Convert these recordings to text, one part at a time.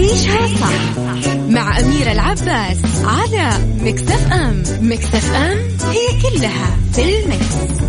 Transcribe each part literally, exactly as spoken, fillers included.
عيشها صح مع أميرة العباس على ميكس اف ام. ميكس اف ام هي كلها في الميكس.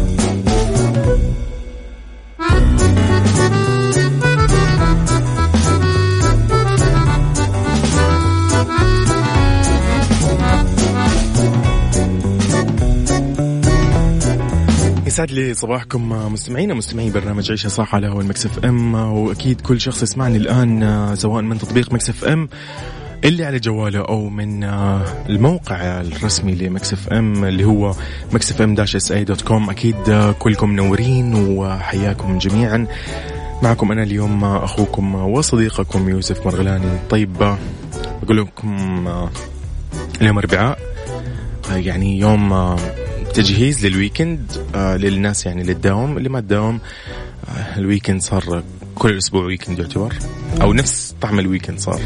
يسعد لي صباحكم مستمعينا مستمعي برنامج عيشها صح على هو الميكس اف ام. واكيد كل شخص يسمعني الان سواء من تطبيق ميكس اف ام اللي على جواله او من الموقع الرسمي لميكس اف ام اللي هو ميكس اف ام داش اس اي دوت كوم. اكيد كلكم منورين وحياكم جميعا. معكم انا اليوم اخوكم وصديقكم يوسف مرغلاني. طيب بقول لكم اليوم اربعاء، يعني يوم تجهيز للويكند آه للناس، يعني للدوام اللي ما تداوم. آه الويكند صار كل أسبوع ويكند يعتبر، أو نفس طعم الويكند صار.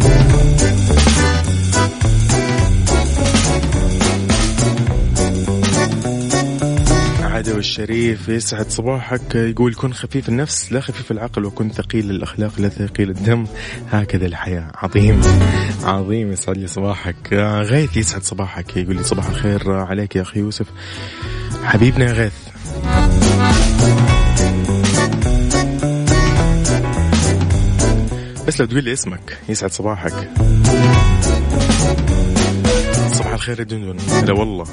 عادة والشريف يسعد صباحك، يقول كن خفيف النفس لا خفيف العقل، وكن ثقيل الأخلاق لا ثقيل الدم، هكذا الحياة. عظيم عظيم، يسعد لي صباحك. غيث يسعد صباحك، يقول لي صباح الخير عليك يا أخي يوسف حبيبنا يا غيث. بس لو تقول لي اسمك يسعد صباحك. صباح الخير يا دندن. هلا والله.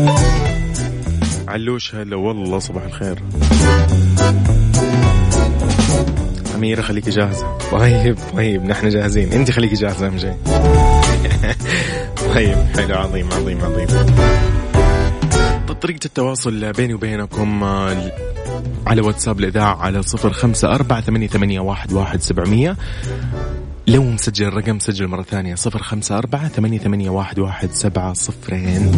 علوش هلا والله صباح الخير. أميرة خليكي جاهزة. طيب طيب نحن جاهزين، انت خليكي جاهزة أهم شيء. طيب حلو، عظيم عظيم عظيم. طريقة التواصل بيني وبينكم على واتساب الإذاعة على صفر خمسة أربعة ثمانية ثمانية واحد واحد سبعمية. لو مسجل الرقم سجل مرة ثانية صفر خمسة أربعة ثمانية ثمانية واحد واحد سبعة صفرين.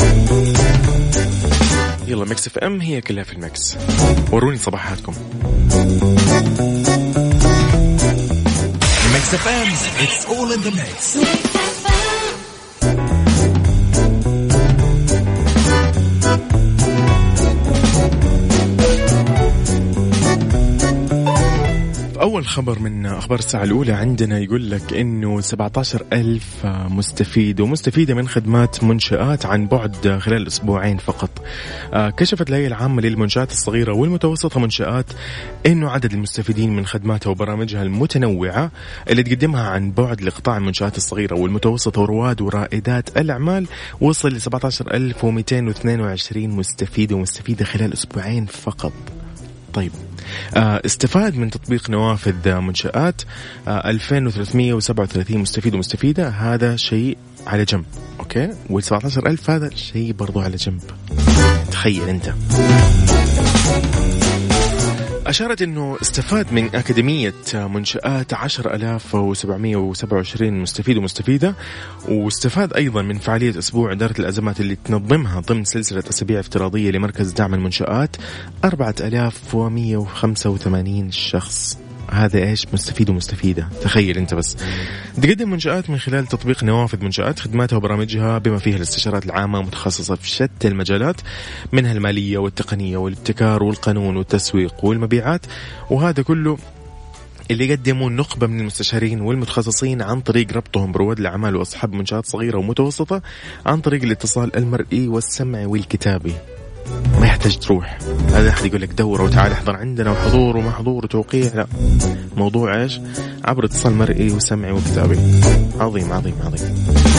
يلا ميكس اف ام هي كلها في الميكس. وروني صباحاتكم. ميكس اف ام it's all in the mix. أول خبر من أخبار الساعة الأولى عندنا يقول لك إنه سبعة عشر ألف مستفيد ومستفيدة من خدمات منشآت عن بعد خلال أسبوعين فقط. كشفت الهيئة العامة للمنشآت الصغيرة والمتوسطة منشآت إنه عدد المستفيدين من خدماتها وبرامجها المتنوعة اللي تقدمها عن بعد لقطاع المنشآت الصغيرة والمتوسطة ورواد ورائدات الأعمال وصل ل سبعة عشر ألف ومئتين واثنين وعشرين مستفيد ومستفيدة خلال أسبوعين فقط. طيب استفاد من تطبيق نوافذ منشآت ألفين وثلاثمئة وسبعة وثلاثين مستفيد ومستفيدة. هذا شيء على جنب، أوكي، وسبعة عشر ألف هذا شيء برضو على جنب. تخيل أنت. أشارت أنه استفاد من أكاديمية منشآت عشرة آلاف وسبعمئة وسبعة وعشرين مستفيد ومستفيدة، واستفاد أيضا من فعالية أسبوع إدارة الأزمات اللي تنظمها ضمن سلسلة أسابيع افتراضية لمركز دعم المنشآت أربعة آلاف ومئة وخمسة وثمانين شخص. هذا إيش مستفيد ومستفيدة، تخيل أنت بس. تقدم منشآت من خلال تطبيق نوافذ منشآت خدماتها وبرامجها بما فيها الاستشارات العامة متخصصة في شتى المجالات، منها المالية والتقنية والابتكار والقانون والتسويق والمبيعات، وهذا كله اللي يقدموا نخبة من المستشارين والمتخصصين عن طريق ربطهم برواد الأعمال وأصحاب منشآت صغيرة ومتوسطة عن طريق الاتصال المرئي والسمعي والكتابي. ما يحتاج تروح، هذا أحد يقول لك دورة وتعال احضر عندنا وحضور ومحضور وتوقيع، لا، موضوع إيش؟ عبر اتصال مرئي وسمعي وكتابي. عظيم عظيم عظيم.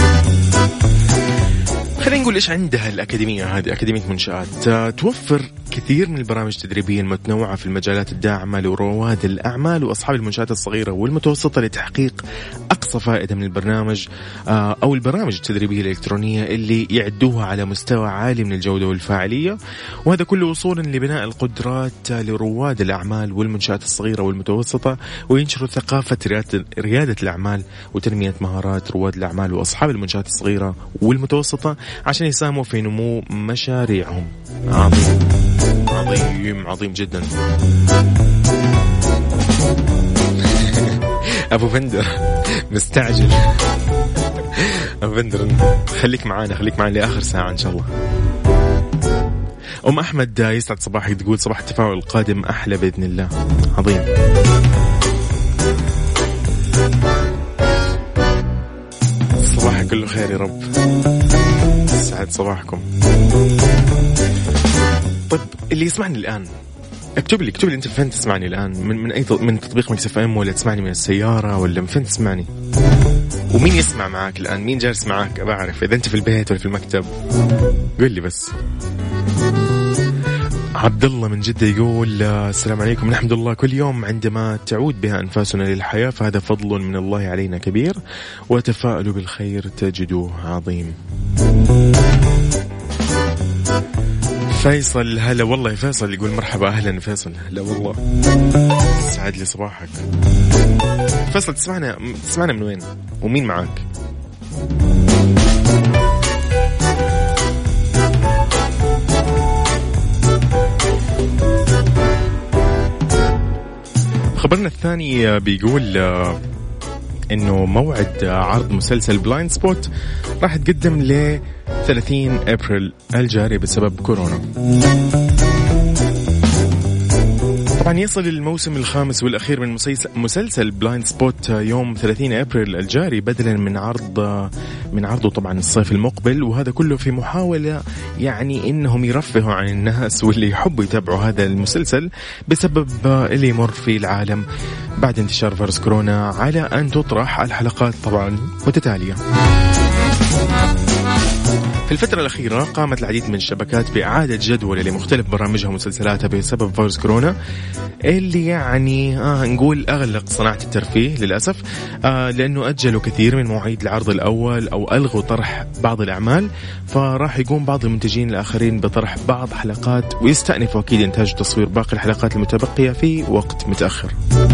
خلينا نقول إيش عندها الأكاديمية هذه. أكاديمية منشآت توفر كثير من البرامج التدريبية المتنوعة في المجالات الداعمة لرواد الأعمال وأصحاب المنشآت الصغيرة والمتوسطة لتحقيق أقصى فائدة من البرنامج أو البرامج التدريبية الإلكترونية اللي يعدوها على مستوى عالي من الجودة والفاعلية، وهذا كله وصولا لبناء القدرات لرواد الأعمال والمنشآت الصغيرة والمتوسطة، وينشروا ثقافة ريادة الأعمال وتنمية مهارات رواد الأعمال وأصحاب المنشآت الصغيرة والمتوسطة عشان يساهموا في نمو مشاريعهم. عظيم عظيم عظيم جدا. أبو بندر مستعجل. أبو بندر خليك معانا خليك معانا لآخر ساعة إن شاء الله. أم أحمد يسعد صباحك، تقول صباح التفاؤل القادم أحلى بإذن الله. عظيم. كله خير يا رب. سعد صباحكم. طيب اللي يسمعني الآن اكتب لي اكتب لي انت فين تسمعني الآن، من من اي من تطبيق مكس اف ام، ولا تسمعني من السيارة، ولا من فين تسمعني؟ ومين يسمع معاك الآن؟ مين جالس معاك؟ أبى أعرف إذا أنت في البيت ولا في المكتب، قل لي بس. عبد الله من جدة يقول السلام عليكم، نحمد الله كل يوم عندما تعود بها أنفاسنا للحياة فهذا فضل من الله علينا كبير، وتفاءلوا بالخير تجدوه عظيم. فيصل هلا والله يا فيصل، يقول مرحبا أهلا فيصل. هلا والله سعد لي صباحك. فيصل تسمعنا تسمعنا من وين ومين معاك؟ خبرنا الثاني بيقول انه موعد عرض مسلسل بلايند سبوت راح يتقدم ل ثلاثين أبريل الجاري بسبب كورونا. طبعا يصل الموسم الخامس والأخير من مسلسل بلايند سبوت يوم ثلاثين أبريل الجاري، بدلا من عرض من عرضه طبعا الصيف المقبل، وهذا كله في محاولة يعني إنهم يرفهوا عن الناس واللي يحبوا يتابعوا هذا المسلسل بسبب اللي يمر في العالم بعد انتشار فيروس كورونا، على أن تطرح الحلقات طبعا متتالية. في الفترة الأخيرة قامت العديد من الشبكات بإعادة جدول لمختلف برامجها ومسلسلاتها بسبب فيروس كورونا، اللي يعني آه نقول أغلق صناعة الترفيه للأسف، آه لأنه أجلوا كثير من مواعيد العرض الأول أو ألغوا طرح بعض الأعمال، فراح يقوم بعض المنتجين الآخرين بطرح بعض حلقات ويستأنفوا أكيد إنتاج تصوير باقي الحلقات المتبقية في وقت متأخر.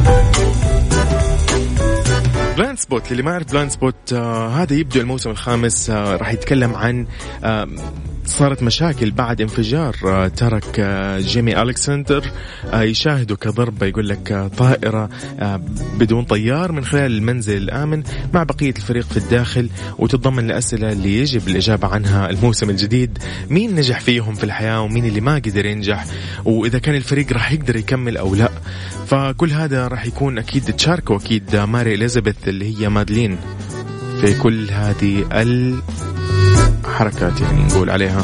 بلايند سبوت، اللي ما يعرف بلايند سبوت آه هذا يبدأ الموسم الخامس، آه راح يتكلم عن آه صارت مشاكل بعد انفجار آه ترك آه جيمي ألكسندر آه يشاهده كضربة، يقول لك آه طائرة آه بدون طيار من خلال المنزل الآمن مع بقية الفريق في الداخل، وتتضمن الأسئلة اللي يجب الإجابة عنها الموسم الجديد، مين نجح فيهم في الحياة ومين اللي ما قدر ينجح، وإذا كان الفريق راح يقدر يكمل أو لا. فكل هذا راح يكون أكيد تشاركوا أكيد ماري إليزابيث اللي هي مادلين في كل هذه الحركات يعني نقول عليها.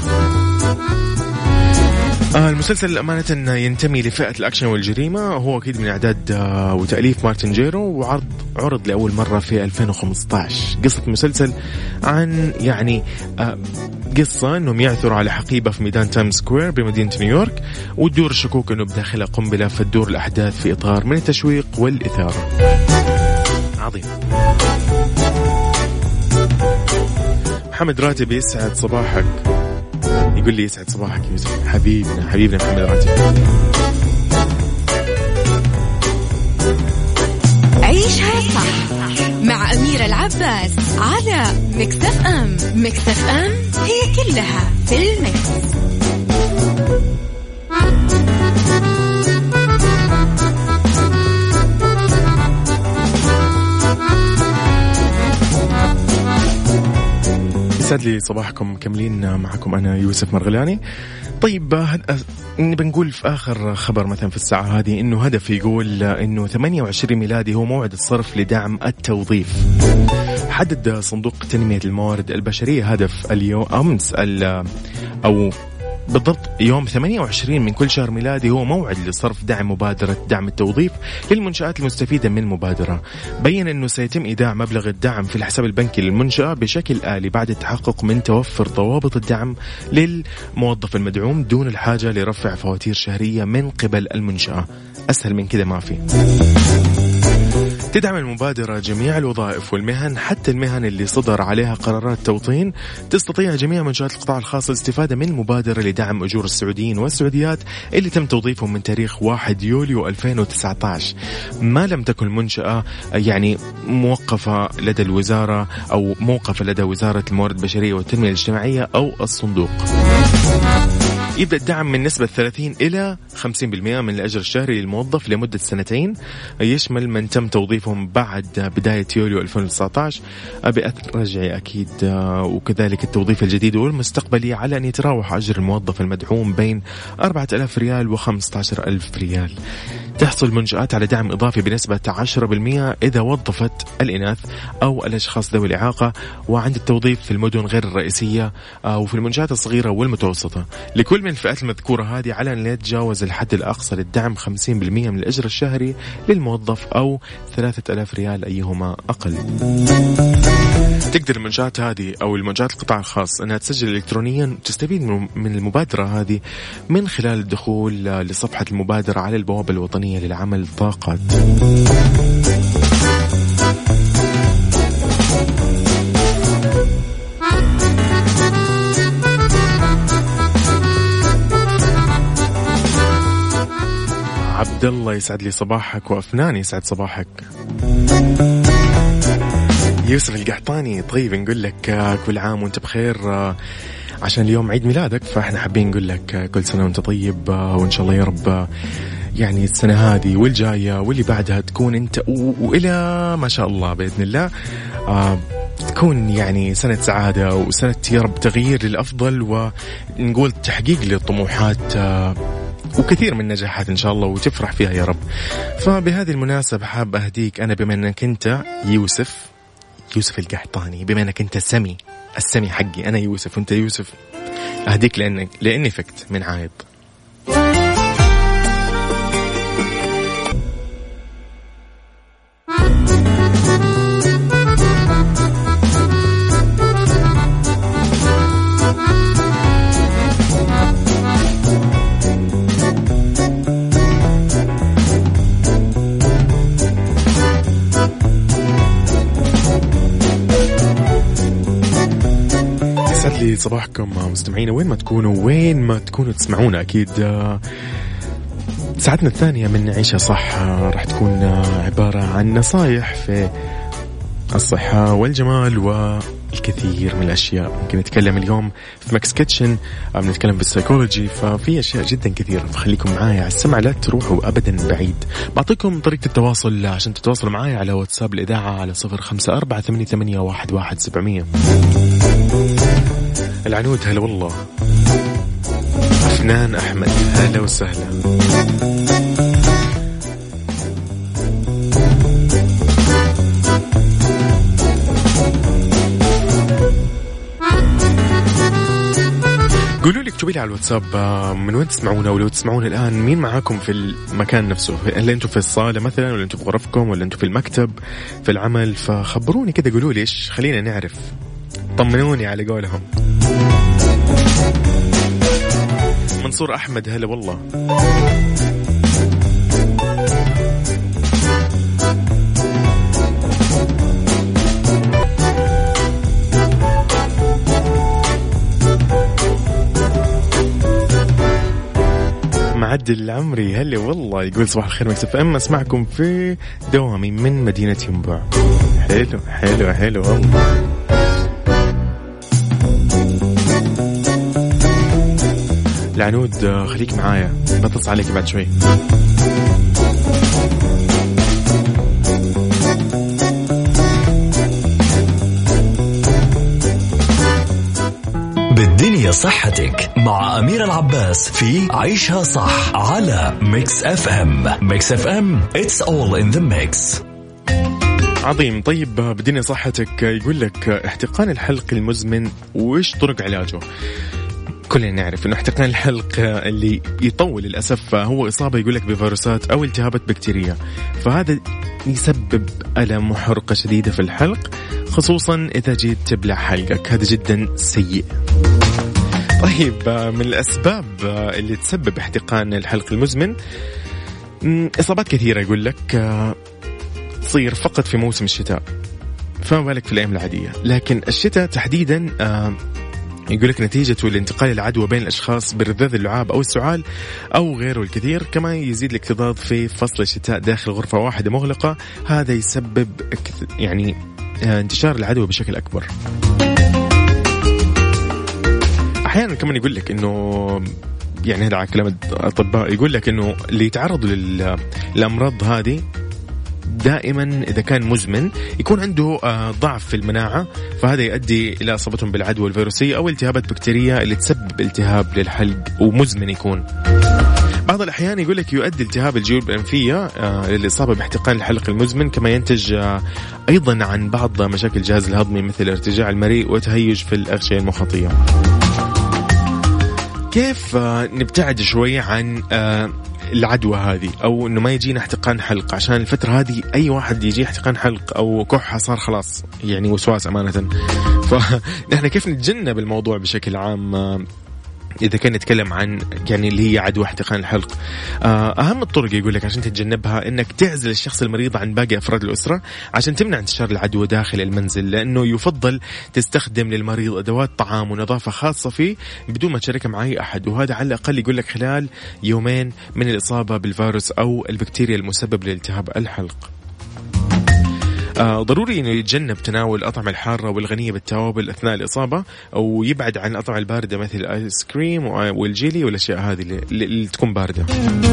آه المسلسل أمانة ينتمي لفئة الأكشن والجريمة، هو أكيد من إعداد آه وتأليف مارتن جيرو، وعرض عرض لأول مرة في ألفين وخمسة عشر. قصة المسلسل عن يعني آه قصة أنهم يعثروا على حقيبة في ميدان تايم سكوير بمدينة نيويورك، وتدور الشكوك أنه بداخلها قنبلة، فتدور الأحداث في إطار من التشويق والإثارة. عظيم. محمد راتب يسعد صباحك، يقول لي يسعد صباحك يوسف، حبيبنا حبيبنا محمد راتب. عيشها صح مع أميرة العباس على ميكس اف ام. ميكس اف ام هي كلها في الميكس. يسعد لي صباحكم، مكملين معكم أنا يوسف مرغلاني. طيب نبي نقول في آخر خبر مثلا في الساعة هذه إنه هدف يقول إنه ثمانية وعشرين ميلادي هو موعد الصرف لدعم التوظيف. حدد صندوق تنمية الموارد البشرية هدف اليوم أمس أو بالضبط يوم ثمانية وعشرين من كل شهر ميلادي هو موعد لصرف دعم مبادرة دعم التوظيف للمنشآت المستفيدة من المبادرة. بيّن أنه سيتم إيداع مبلغ الدعم في الحساب البنكي للمنشأة بشكل آلي بعد التحقق من توفر ضوابط الدعم للموظف المدعوم دون الحاجة لرفع فواتير شهرية من قبل المنشأة. أسهل من كده ما في. تدعم المبادرة جميع الوظائف والمهن، حتى المهن اللي صدر عليها قرارات توطين. تستطيع جميع منشآت القطاع الخاص الاستفادة من مبادرة لدعم أجور السعوديين والسعوديات اللي تم توظيفهم من تاريخ واحد يوليو ألفين وتسعة عشر، ما لم تكن المنشأة يعني موقفة لدى الوزارة أو موقفة لدى وزارة الموارد البشرية والتنمية الاجتماعية أو الصندوق. يبدأ الدعم من نسبة ثلاثين إلى خمسين بالمئة من الأجر الشهري للموظف لمدة سنتين، يشمل من تم توظيفهم بعد بداية يوليو ألفين وتسعة عشر بأثر رجعي أكيد، وكذلك التوظيف الجديد والمستقبلي على أن يتراوح أجر الموظف المدعوم بين أربعة آلاف ريال وخمسة عشر ألف ريال. تحصل منشآت على دعم إضافي بنسبة عشرة بالمئة إذا وظفت الإناث أو الأشخاص ذوي الإعاقة، وعند التوظيف في المدن غير الرئيسية وفي المنشآت الصغيرة والمتوسطة. لكل من الفئات المذكورة هذه على أن لا يتجاوز الحد الأقصى للدعم خمسين بالمئة من الأجر الشهري للموظف أو ثلاثة آلاف ريال أيهما أقل. تقدر المنشآت هذه أو المنشآت القطاع الخاص أنها تسجل إلكترونيا وتستفيد من المبادرة هذه من خلال الدخول لصفحة المبادرة على البوابة الوطنية للعمل طاقات. عبد الله يسعد لي صباحك، وأفنان يسعد صباحك. يوسف القحطاني طيب نقول لك كل عام وانت بخير عشان اليوم عيد ميلادك، فاحنا حابين نقول لك كل سنة وانت طيب، وان شاء الله يا رب يعني السنة هذه والجاية واللي بعدها تكون انت وإلى ما شاء الله بإذن الله تكون يعني سنة سعادة وسنة يا رب تغيير للأفضل، ونقول تحقيق للطموحات وكثير من النجاحات إن شاء الله وتفرح فيها يا رب. فبهذه المناسبة حاب أهديك أنا بما أنك أنت يوسف يوسف القحطاني، بما أنك أنت سمي السمي حقي، أنا يوسف وأنت يوسف، أهديك لأنك لأني فكت من عايض. صباحكم مستمعين وين ما تكونوا وين ما تكونوا تسمعونا. أكيد ساعتنا الثانية من عيشة صح راح تكون عبارة عن نصايح في الصحة والجمال والكثير من الأشياء. ممكن نتكلم اليوم في ماكس كيتشن، بنتكلم بالسيكولوجي، ففي أشياء جدا كثيرة، فخليكم معايا على السمع، لا تروحوا أبدا بعيد. بعطيكم طريقة التواصل عشان تتواصلوا معايا على واتساب الإذاعة على صفر خمسة أربعة ثمانية ثمانية واحد واحد سبعمية. العنود هلا والله. أفنان أحمد هلا وسهلا. قولوا لي اكتبوا لي على الواتساب من وين تسمعونا، ولو تسمعونا الآن مين معاكم في المكان نفسه، هل أنتم في الصالة مثلا، ولا أنتم في غرفكم، ولا أنتم في المكتب في العمل؟ فخبروني كده، قولوا لي إيش، خلينا نعرف، طمنوني على قولهم. منصور أحمد هلا والله. معدل العمري هلا والله، يقول صباح الخير مكس اف ام، اسمعكم في دوامي من مدينة ينبع. حلو حلو حلو والله. العنود خليك معايا، بتصل عليك بعد شوي. بالدنيا صحتك مع أمير العباس في عيشها صح على ميكس اف ام. ميكس اف ام it's all in the mix. عظيم. طيب بالدنيا صحتك يقول لك احتقان الحلق المزمن وإيش طرق علاجه. كلنا نعرف إنه احتقان الحلق اللي يطول للأسف هو إصابة يقول لك بفيروسات أو التهابات بكتيرية، فهذا يسبب ألم وحرقة شديدة في الحلق، خصوصا إذا جيت تبلع حلقك، هذا جدا سيء. طيب من الأسباب اللي تسبب احتقان الحلق المزمن إصابات كثيرة يقول لك تصير فقط في موسم الشتاء، فما بالك في الأيام العادية، لكن الشتاء تحديدا يقول لك نتيجة الانتقال العدوى بين الأشخاص برذاذ اللعاب أو السعال أو غيره الكثير. كما يزيد الاكتظاظ في فصل الشتاء داخل غرفة واحدة مغلقة، هذا يسبب يعني انتشار العدوى بشكل أكبر. أحيانا كمان يقول لك إنه يعني هذا على كلام الأطباء، يقول لك إنه اللي يتعرضوا للأمراض هذه دائما إذا كان مزمن يكون عنده ضعف في المناعة، فهذا يؤدي إلى إصابتهم بالعدوى الفيروسية أو التهابات بكتيرية اللي تسبب التهاب للحلق ومزمن يكون. بعض الأحيان يقول لك يؤدي التهاب الجيوب الأنفية آه للإصابة باحتقان الحلق المزمن، كما ينتج آه أيضا عن بعض مشاكل الجهاز الهضمي مثل ارتجاع المريء وتهيج في الأغشية المخاطية. كيف آه نبتعد شوي عن آه العدوى هذه، أو إنه ما يجينا احتقان حلق؟ عشان الفترة هذه أي واحد يجي احتقان حلق أو كحة صار خلاص يعني وسواس أمانة. فنحن كيف نتجنب الموضوع بشكل عام إذا كان نتكلم عن يعني اللي هي عدوى احتقان الحلق؟ أهم الطرق يقول لك عشان تتجنبها إنك تعزل الشخص المريض عن باقي أفراد الأسرة عشان تمنع انتشار العدوى داخل المنزل، لأنه يفضل تستخدم للمريض أدوات طعام ونظافة خاصة فيه بدون ما تشاركها مع أي أحد، وهذا على الأقل يقول لك خلال يومين من الإصابة بالفيروس أو البكتيريا المسبب لالتهاب الحلق. آه ضروري إنه يتجنب تناول الأطعمة الحارة والغنية بالتوابل أثناء الإصابة، أو يبعد عن الأطعمة الباردة مثل الآيس كريم والجيلي والأشياء هذه اللي, اللي تكون باردة.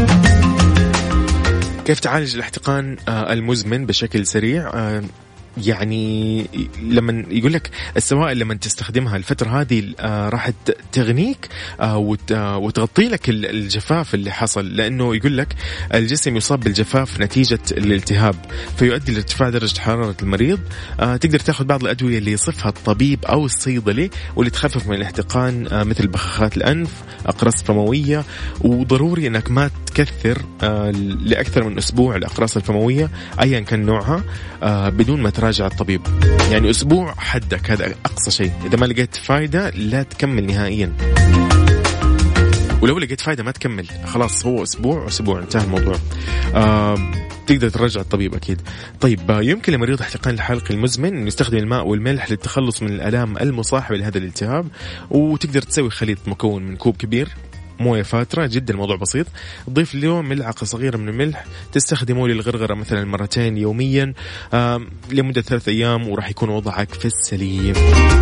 كيف تعالج الاحتقان آه المزمن بشكل سريع؟ آه يعني لما يقول لك السوائل لما تستخدمها الفترة هذه آه راح تغنيك آه وت آه وتغطي لك الجفاف اللي حصل، لأنه يقول لك الجسم يصاب بالجفاف نتيجة الالتهاب فيؤدي لارتفاع درجة حرارة المريض. آه تقدر تأخذ بعض الأدوية اللي يصفها الطبيب أو الصيدلي واللي تخفف من الاحتقان آه مثل بخاخات الأنف، أقراص فموية، وضروري أنك ما تكثر آه لأكثر من أسبوع الأقراص الفموية أيا كان نوعها آه بدون ما راجع الطبيب. يعني أسبوع حدك، هذا أقصى شيء. إذا ما لقيت فايدة لا تكمل نهائيا، ولو لقيت فايدة ما تكمل، خلاص هو أسبوع أسبوع انتهى الموضوع. آه تقدر ترجع الطبيب أكيد. طيب آه يمكن لمريض احتقان الحلق المزمن أن يستخدم الماء والملح للتخلص من الآلام المصاحبة لهذا الالتهاب، وتقدر تسوي خليط مكون من كوب كبير موية فاترة، جدا الموضوع بسيط. ضيف له ملعقة صغيرة من الملح، تستخدمه للغرغرة مثلا مرتين يوميا لمدة ثلاثة أيام، وراح يكون وضعك في السليم.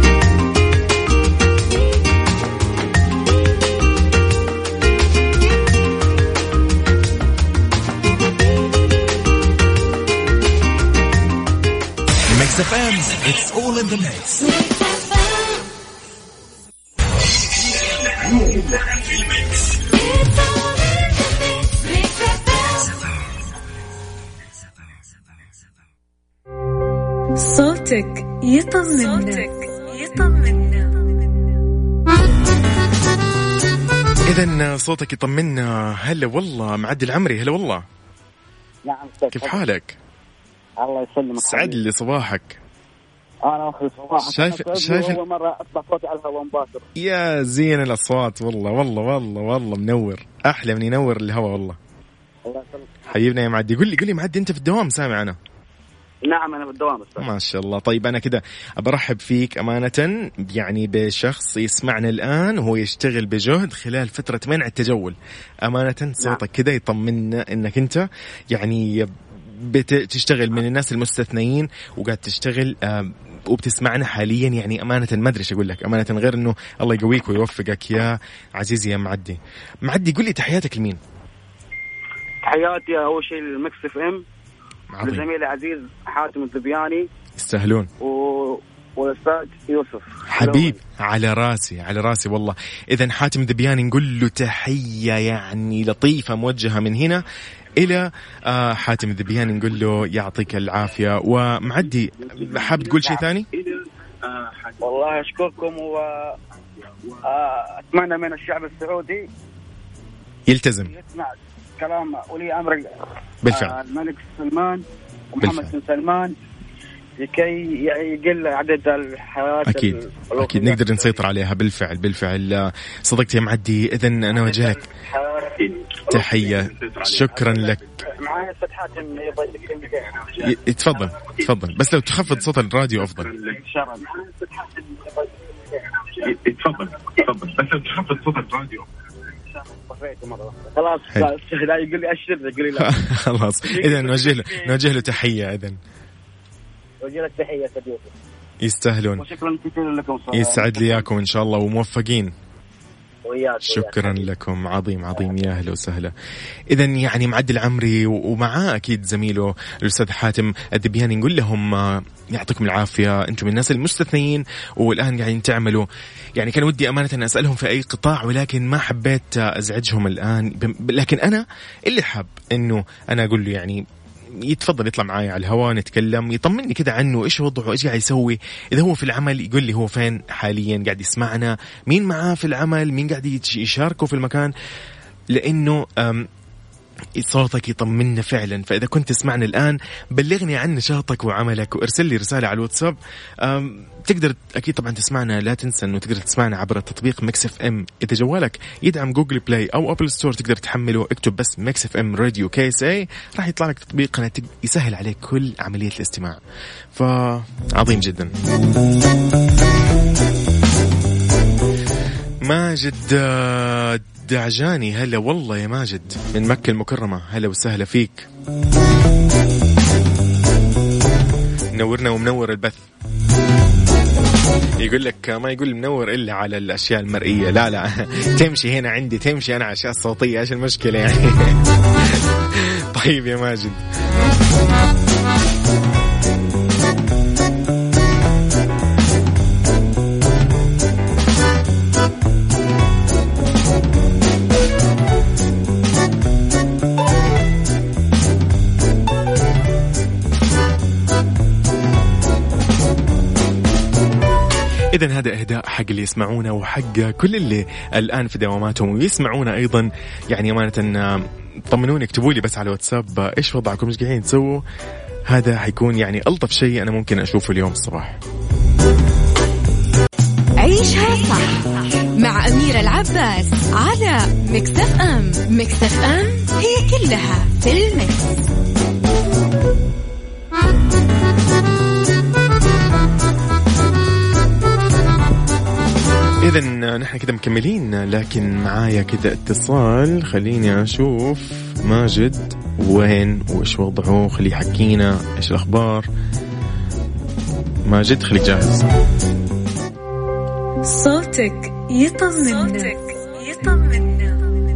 Mix إف إم, it's all in the mix. صوتك يطمننا يطمننا إذن صوتك يطمننا. هلا والله معدي العمري، هلا والله. نعم كيف حالك؟ الله يسلمك. سعد لي صباحك. أنا أخذ صباحك. شايف شايف أول مرة أطلع صوتي على الهواء مباشر. يا زين الأصوات والله والله والله والله منور، أحلى من ينور الهواء والله. الله يسلمك حبيبنا يا معدي. قل لي قل لي معدي أنت في الدوام سامع أنا؟ نعم أنا بالدوام أستاذ. ما شاء الله. طيب أنا كده أبرحب فيك أمانة، يعني بشخص يسمعنا الآن وهو يشتغل بجهد خلال فترة منع التجول. أمانة صوتك نعم. كده يطمنا إنك أنت يعني بتشتغل من الناس المستثنين وقاعد تشتغل آه وبتسمعنا حاليا. يعني أمانة ما أدري إيش أقول لك أمانة، غير إنه الله يقويك ويوفقك يا عزيزي يا معدي. معدي قل لي تحياتك لمين؟ تحياتي أول شيء للمكس إف إم لزميلي عزيز حاتم الذبياني، يستاهلون، و... والأستاذ يوسف حبيب. على راسي على راسي والله. إذن حاتم الذبياني نقول له تحية يعني لطيفة موجهة من هنا إلى آه حاتم الذبياني، نقول له يعطيك العافية. ومعدي حاب تقول شيء ثاني؟ والله أشكركم وأتمنى من الشعب السعودي يلتزم يسمع كلام ولي أمر بالفعل آه الملك سلمان ومحمد بن سلمان لكي يقل عدد الحالات. أكيد أكيد نقدر نسيطر عليها بالفعل بالفعل. صدقت يا معدي. إذن أنا وجه لك تحية، شكرا لك. معايا أستاذ حاتم يبغى يتفضل تفضل، بس لو تخفض صوت الراديو أفضل. يتفضل تفضل بس لو تخفض صوت الراديو. خلاص لا يقول لي أشر يقول لي لا. خلاص إذا نوجه له نوجه له تحية. إذن وجه لك تحية سديوتي. يستاهلون. وشكرا كثيرا لكم. يسعد لي إياكم إن شاء الله وموفقين. وياك. شكرا وياك. لكم. عظيم عظيم. يا أهلا وسهلا. إذا يعني معدل العمري ومعاه أكيد زميله الأستاذ حاتم الذبياني، نقول لهم يعطيكم العافية، أنتم من الناس المستثنين والآن قاعدين تعملوا. يعني كان ودي أمانة أن أسألهم في أي قطاع، ولكن ما حبيت أزعجهم الآن. لكن أنا اللي حاب أنه أنا أقول له يعني يتفضل يطلع معاي على الهواء، نتكلم، يطمني كده عنه، إيش وضعه، إيش قاعد يسوي، إذا هو في العمل يقول لي هو فين حاليا قاعد يسمعنا، مين معاه في العمل، مين قاعد يشاركه في المكان، لأنه صوتك يطمنا فعلا. فإذا كنت تسمعنا الآن بلغني عن نشاطك وعملك وارسل لي رسالة على الواتساب. تقدر أكيد طبعا تسمعنا، لا تنسى أنه تقدر تسمعنا عبر تطبيق ميكس اف ام. إذا جوالك يدعم جوجل بلاي أو أبل ستور تقدر تحمله، اكتب بس ميكس اف ام راديو كيس اي، راح يطلع لك تطبيق قناة يسهل عليك كل عملية الاستماع. فعظيم جدا. ماجد دعجاني، هلا والله يا ماجد من مكة المكرمة، هلا وسهلا فيك، نورنا ومنور البث. يقول لك ما يقول منور إلا على الأشياء المرئية، لا لا تمشي هنا عندي، تمشي أنا على الأشياء الصوتية، إيش المشكلة يعني؟ طيب يا ماجد، إذن هذا إهداء حق اللي يسمعونا وحق كل اللي الآن في دواماتهم ويسمعونا أيضا. يعني أمانة طمنوني، اكتبوا لي بس على واتساب إيش وضعكم، إيش قاعدين تسووا. هذا حيكون يعني ألطف شيء أنا ممكن أشوفه اليوم الصباح. عيشها صح مع أميرة العباس على ميكس اف ام. ميكس اف ام هي كلها في الميكس. إذن نحن كده مكملين، لكن معايا كده اتصال، خليني أشوف ماجد وين وإيش وضعه، خليه يحكينا إيش الأخبار. ماجد خليك جاهز. صوتك يطمننا يطمننا.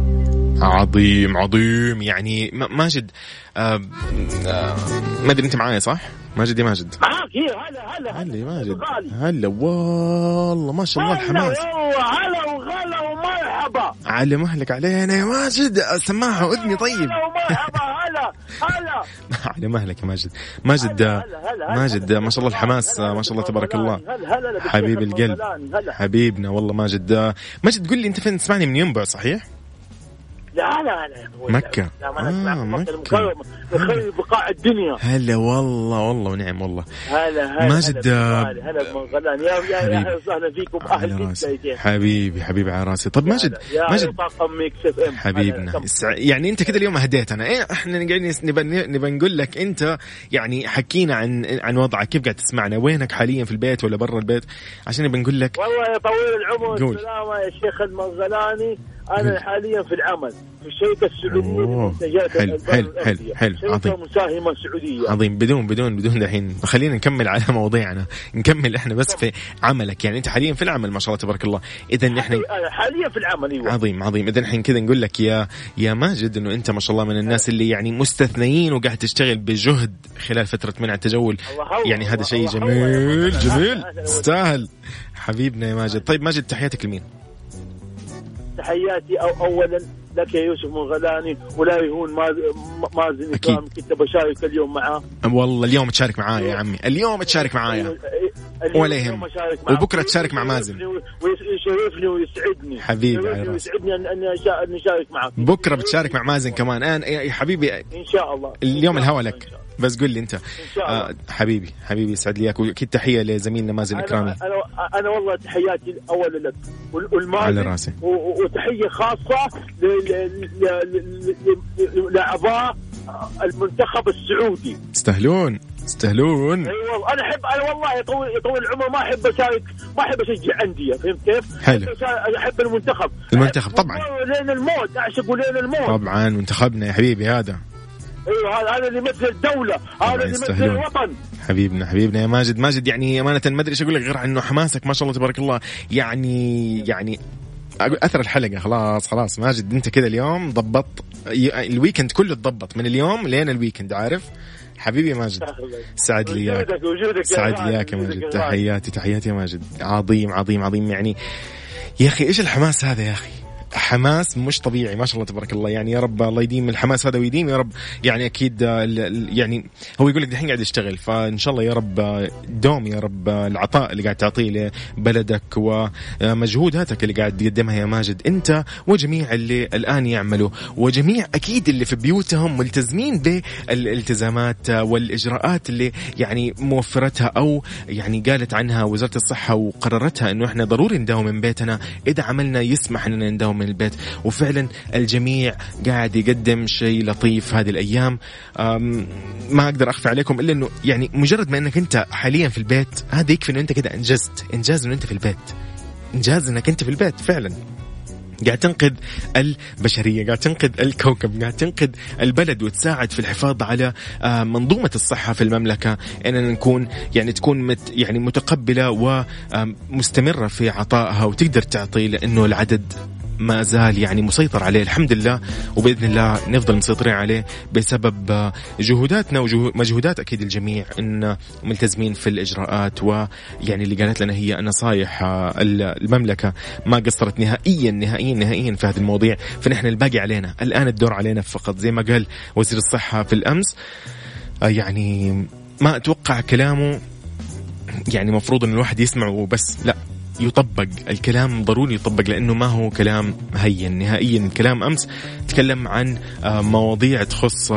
عظيم عظيم. يعني ماجد آه آه ما أدري أنت معايا صح؟ ماجد يا ماجد معاك. هلا هلا هلا ماجد، هلا والله ما شاء الله الحماس. هلا وغلا ومرحبا، على مهلك علينا يا ماجد، سماعها أذني. طيب ومرحبا. هلا هلا على مهلك يا ماجد. ماجد هلا هلا ماجد ما شاء الله الحماس، ما شاء الله تبارك الله، حبيب القلب، حبيبنا والله. ماجد ماجد قل لي أنت فين تسمعني، من ينبع صحيح؟ لا لا لا مكة. آه مكة خير بقاع الدنيا. هلا والله والله ونعم والله. هلا هلا ماجد هلا من غلان. يا يا أهلا وسهلا فيكم أهل جدة. حبيبي حبيبي على راسي. طب ماجد ماجد حبيبنا، يعني أنت كده اليوم هديتنا. إيه إحنا قاعدين نبى نبى نقول لك أنت يعني حكينا عن عن وضعك، كيف قاعد تسمعنا، وينك حاليا، في البيت ولا برا البيت، عشان نبى نقول لك. والله يا طويل العمر والسلامة يا شيخ المنغلاني، أنا حاليا في العمل في الشركة السعودية للمنتجات. حلو حلو حلو حلو عظيم. مساهمة سعودية. عظيم. بدون بدون بدون دحين خلينا نكمل على مواضيعنا، نكمل احنا بس في عملك. يعني انت حاليا في العمل ما شاء الله تبارك الله. اذا احنا حاليا في العمل. ايوه عظيم عظيم. اذا الحين كذا نقول لك يا يا ماجد انه انت ما شاء الله من الناس اللي يعني مستثنيين وقاعد تشتغل بجهد خلال فترة منع التجول. يعني هذا شيء جميل جميل تستاهل حبيبنا يا ماجد. طيب ماجد تحياتك لمين؟ تحياتي أو أولا لك يا يوسف منغلاني، ولا يهون مازن إكرام، كنت بشارك اليوم معاه. والله اليوم تشارك معايا يا عمي، اليوم تشارك معايا ولا يهم، وبكرة تشارك مع مازن. ويشرفني ويسعدني حبيبي ويسعدني أن أشارك معك. بكرة بتشارك مع مازن كمان. أنا يا حبيبي إن شاء الله اليوم الهوا لك، بس قل لي أنت. آه حبيبي حبيبي يسعد لي إياك، وأكيد تحية لزميلنا مازن الإكرامي. أنا, أنا, أنا والله تحياتي أولا لك والمازن على راسي، وتحية خاصة لأعضاء المنتخب السعودي. تستاهلون تستاهلون. اي أيوة والله انا احب، انا والله يطول يطول العمر ما احب اشارك، ما احب اشجع انديه، فهمت كيف؟ حلو. احب المنتخب المنتخب طبعا لين الموت، اعشقه لين الموت طبعا. منتخبنا يا حبيبي هذا. ايوه هذا هذا اللي يمثل الدوله، هذا اللي يمثل الوطن. حبيبنا حبيبنا يا ماجد. ماجد يعني امانه ما ادري ايش اقول لك غير انه حماسك ما شاء الله تبارك الله. يعني يعني أثر الحلقة خلاص خلاص ماجد أنت كذا اليوم ضبط الويكند كله تضبط من اليوم لين الويكند عارف حبيبي ماجد سعد لي ياك سعد لي ياك يا ماجد تحياتي تحياتي يا ماجد عظيم عظيم عظيم يعني يا أخي إيش الحماس هذا يا أخي حماس مش طبيعي ما شاء الله تبارك الله يعني يا رب الله يديم الحماس هذا ويديم يا رب يعني أكيد يعني هو يقول لك دحين قاعد يشتغل فإن شاء الله يا رب دوم يا رب العطاء اللي قاعد تعطيه لبلدك ومجهوداتك اللي قاعد تقدمها يا ماجد أنت وجميع اللي الآن يعملوا وجميع أكيد اللي في بيوتهم ملتزمين بالالتزامات والإجراءات اللي يعني موفرتها أو يعني قالت عنها وزارة الصحة وقررتها إنه إحنا ضروري نداوم من بيتنا إذا عملنا يسمح إننا نداوم من البيت وفعلا الجميع قاعد يقدم شيء لطيف هذه الأيام. ما أقدر أخفي عليكم إلا أنه يعني مجرد ما أنك أنت حاليا في البيت هذا يكفي أنه أنت كده أنجزت إنجاز أنه أنت في البيت إنجاز أنك أنت في البيت فعلا قاعد تنقذ البشرية قاعد تنقذ الكوكب قاعد تنقذ البلد وتساعد في الحفاظ على منظومة الصحة في المملكة أننا نكون يعني تكون مت يعني متقبلة ومستمرة في عطائها وتقدر تعطي لأنه العدد ما زال يعني مسيطر عليه الحمد لله وبإذن الله نفضل مسيطرين عليه بسبب جهوداتنا ومجهودات أكيد الجميع إن ملتزمين في الإجراءات ويعني اللي قالت لنا هي نصايح المملكة ما قصرت نهائيا نهائيا نهائيا في هذه المواضيع فنحن الباقي علينا الآن الدور علينا فقط زي ما قال وزير الصحة في الأمس يعني ما أتوقع كلامه يعني مفروض أن الواحد يسمعه بس لا يطبق الكلام ضروري يطبق لأنه ما هو كلام هين نهائيا. كلام أمس تكلم عن مواضيع تخص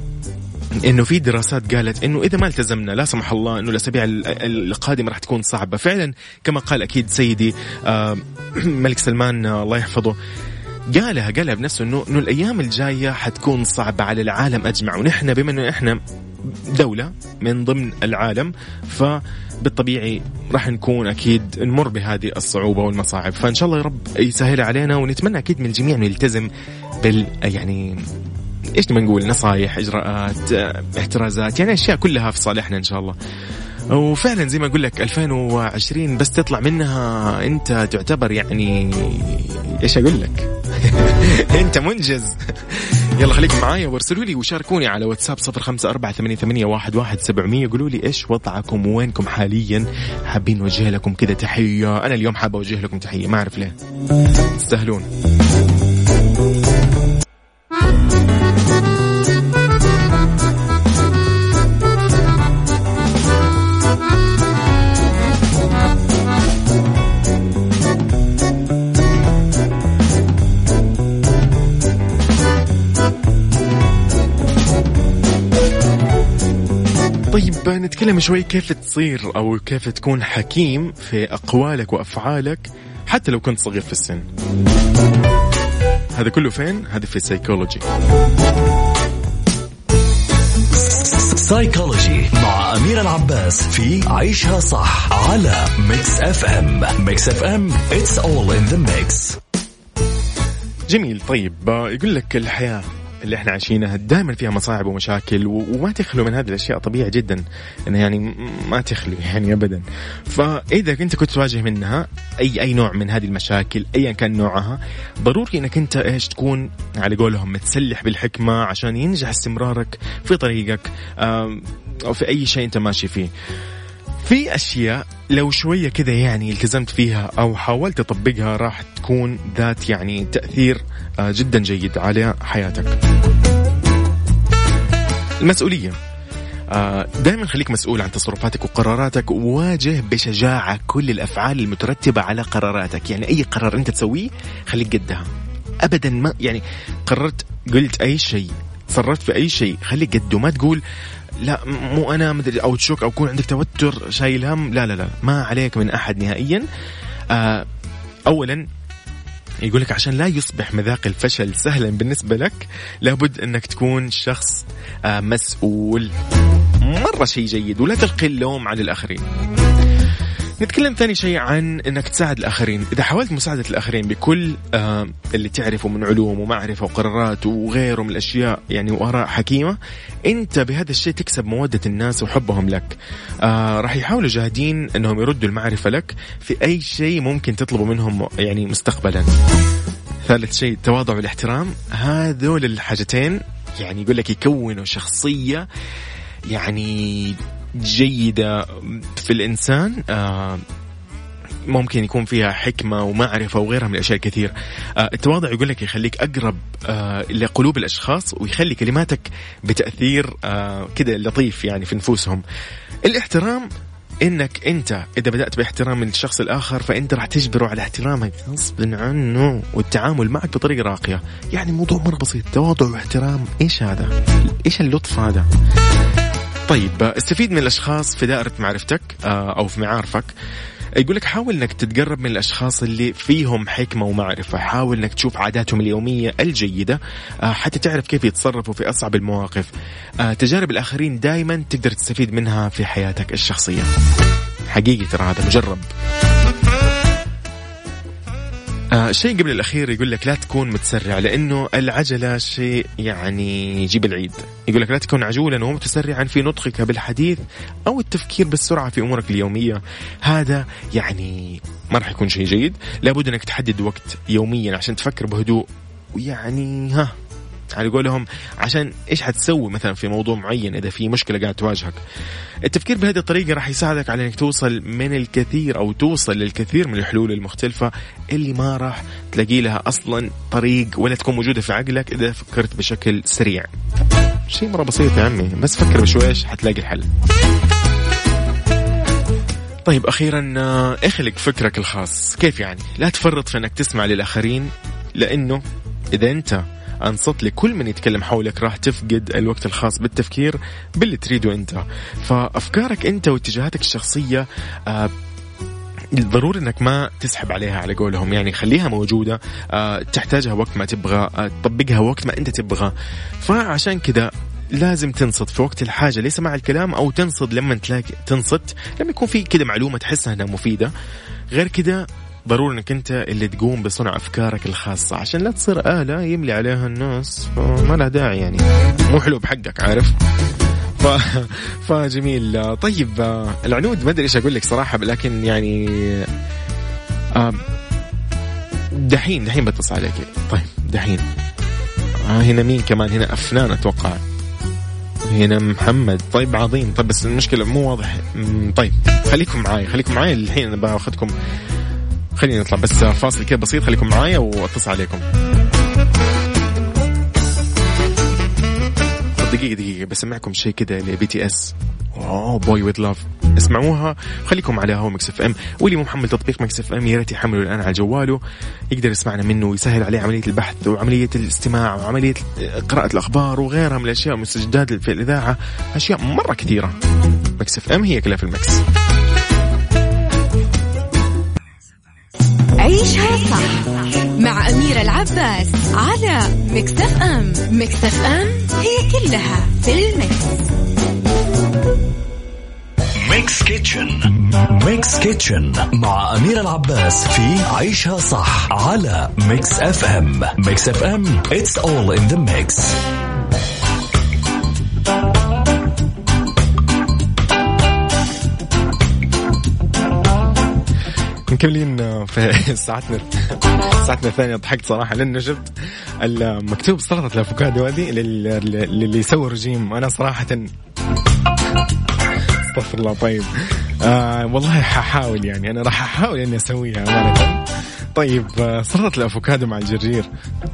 إنه في دراسات قالت إنه إذا ما التزمنا لا سمح الله إنه الأسابيع القادمة راح تكون صعبة فعلا كما قال أكيد سيدي ملك سلمان الله يحفظه قالها قالها بنفسه إنه إنه الأيام الجاية حتكون صعبة على العالم أجمع ونحن بما إنه إحنا دولة من ضمن العالم فبالطبيعي راح نكون أكيد نمر بهذه الصعوبة والمصاعب فإن شاء الله يا رب يسهل علينا ونتمنى أكيد من الجميع أنه يلتزم بال يعني إيش نبغى نقول نصايح إجراءات احترازات يعني أشياء كلها في صالحنا إن شاء الله. وفعلا زي ما أقول لك ألفين وعشرين بس تطلع منها أنت تعتبر يعني إيش أقول لك أنت منجز. يلا خليكم معايا وارسلوا لي وشاركوني على واتساب صفر خمسة أربعة ثمانية ثمانية واحد واحد سبعمية قولوا لي إيش وضعكم ووينكم حاليا حابين نوجه لكم كذا تحية. أنا اليوم حابة أوجه لكم تحية ما أعرف ليه تستاهلون. طيب نتكلم شوي كيف تصير أو كيف تكون حكيم في أقوالك وأفعالك حتى لو كنت صغير في السن. هذا كله فين؟ هذا في السايكولوجي. سايكولوجي مع أمير العباس في عيشها صح على ميكس اف ام. ميكس اف ام it's all in the mix. جميل. طيب يقول لك الحياة اللي احنا عايشينها دائما فيها مصاعب ومشاكل وما تخلو من هذه الاشياء طبيعي جدا انه يعني ما تخلو يعني ابدا. فاذا انت كنت تواجه منها اي اي نوع من هذه المشاكل ايا كان نوعها ضروري انك انت ايش تكون على قولهم متسلح بالحكمه عشان ينجح استمرارك في طريقك او في اي شيء انت ماشي فيه. في أشياء لو شوية كذا يعني التزمت فيها أو حاولت تطبقها راح تكون ذات يعني تأثير جدا جيد على حياتك. المسؤولية دائما خليك مسؤول عن تصرفاتك وقراراتك وواجه بشجاعة كل الأفعال المترتبة على قراراتك. يعني أي قرار أنت تسويه خليك قدها أبدا. ما يعني قررت قلت أي شيء تصرفت في أي شيء خليك قده. ما تقول لا مو أنا مدري أو تشك أو يكون عندك توتر شايل هم. لا لا لا ما عليك من أحد نهائيا. آه أولا يقولك عشان لا يصبح مذاق الفشل سهلا بالنسبة لك لابد أنك تكون شخص آه مسؤول مرة شيء جيد ولا تلقي اللوم على الآخرين. نتكلم ثاني شيء عن أنك تساعد الآخرين. إذا حاولت مساعدة الآخرين بكل آه اللي تعرفه من علوم ومعرفة وقرارات وغيره من الأشياء يعني وآراء حكيمة، أنت بهذا الشيء تكسب مودة الناس وحبهم لك. آه راح يحاولوا جاهدين أنهم يردوا المعرفة لك في أي شيء ممكن تطلبوا منهم يعني مستقبلا. ثالث شيء التواضع والاحترام. هذول الحاجتين يعني يقول لك يكونوا شخصية يعني جيدة في الإنسان، آه ممكن يكون فيها حكمة ومعرفة وغيرها من الأشياء الكثير. آه التواضع يقول لك يخليك أقرب آه لقلوب الأشخاص ويخلي كلماتك بتأثير آه كده لطيف يعني في نفوسهم. الاحترام إنك أنت إذا بدأت باحترام الشخص الآخر فأنت راح تجبره على احترامك غصبا عنه والتعامل معك بطريقة راقية. يعني الموضوع مرة بسيط، تواضع واحترام. إيش هذا؟ إيش اللطف هذا؟ طيب استفيد من الأشخاص في دائرة معرفتك أو في معارفك. يقول لك حاول أنك تتقرب من الأشخاص اللي فيهم حكمة ومعرفة. حاول أنك تشوف عاداتهم اليومية الجيدة حتى تعرف كيف يتصرفوا في أصعب المواقف. تجارب الآخرين دايما تقدر تستفيد منها في حياتك الشخصية. حقيقي ترى هذا مجرب. آه شيء قبل الأخير يقول لك لا تكون متسرع، لأنه العجلة شيء يعني يجيب العيد. يقول لك لا تكون عجولا ومتسرعا في نطقك بالحديث أو التفكير بالسرعة في أمورك اليومية. هذا يعني ما راح يكون شيء جيد. لابد أنك تحدد وقت يوميا عشان تفكر بهدوء، ويعني ها على قولهم عشان إيش حتسوي مثلا في موضوع معين إذا في مشكلة قاعد تواجهك. التفكير بهذه الطريقة راح يساعدك على أنك توصل من الكثير أو توصل للكثير من الحلول المختلفة اللي ما راح تلاقي لها أصلا طريق ولا تكون موجودة في عقلك إذا فكرت بشكل سريع. شيء مرة بسيط يا عمي، بس فكر بشويش حتلاقي الحل. طيب أخيرا اخلق فكرك الخاص. كيف يعني؟ لا تفرط في أنك تسمع للآخرين، لأنه إذا أنت أنصت لكل من يتكلم حولك راح تفقد الوقت الخاص بالتفكير باللي تريده أنت. فأفكارك أنت واتجاهاتك الشخصية آه ضروري أنك ما تسحب عليها على قولهم، يعني خليها موجودة. آه تحتاجها وقت ما تبغى، آه تطبقها وقت ما أنت تبغى. فعشان كذا لازم تنصت في وقت الحاجة ليس مع الكلام، أو تنصت لما تلاقي تنصت لما يكون في كده معلومة تحسها أنها مفيدة. غير كده ضروري انك انت اللي تقوم بصنع افكارك الخاصة عشان لا تصير آلة يملي عليها الناس، ما لها داعي يعني، مو حلو بحقك عارف. ف... فجميل. طيب العنود ما ادري ايش اقول لك صراحة، لكن يعني دحين دحين بتصل عليك. طيب دحين آه هنا مين كمان؟ هنا أفنان أتوقع، هنا محمد. طيب عظيم. طيب بس المشكلة مو واضح. طيب خليكم معاي خليكم معاي الحين أنا باخذكم. خلينا نطلع بس فاصل كده بسيط، خليكم معايا واتصل عليكم. دقيقة دقيقة بسمعكم شيء كده لبي تي اس. اوه بوي ويز لاف، اسمعوها. خليكم على هو ميكس اف ام. واللي مو محمل تطبيق ميكس اف ام يا ريت يحمله الان على جواله، يقدر يسمعنا منه ويسهل عليه عملية البحث وعملية الاستماع وعملية قراءة الأخبار وغيرها من الأشياء، مستجدات في الإذاعة، أشياء مرة كثيرة. ميكس اف ام هي كلها في المكس. عيشها صح مع أميرة العباس على ميكس اف ام. ميكس اف ام هي كلها في المكس. ميكس كيتشن ميكس كيتشن مع أميرة العباس في عيشها صح على ميكس اف ام. ميكس اف ام it's all in the mix. مكملين في ساعتنا ساعتنا الثانية. ضحكت صراحة لأنه جبت المكتوب سلطة الأفوكادو هذه للي يسوي رجيم. أنا صراحة استغفر الله. طيب آه والله ححاول يعني أنا راح أحاول إني أسويها أمانة. طيب آه سلطة الأفوكادو مع الجرجير.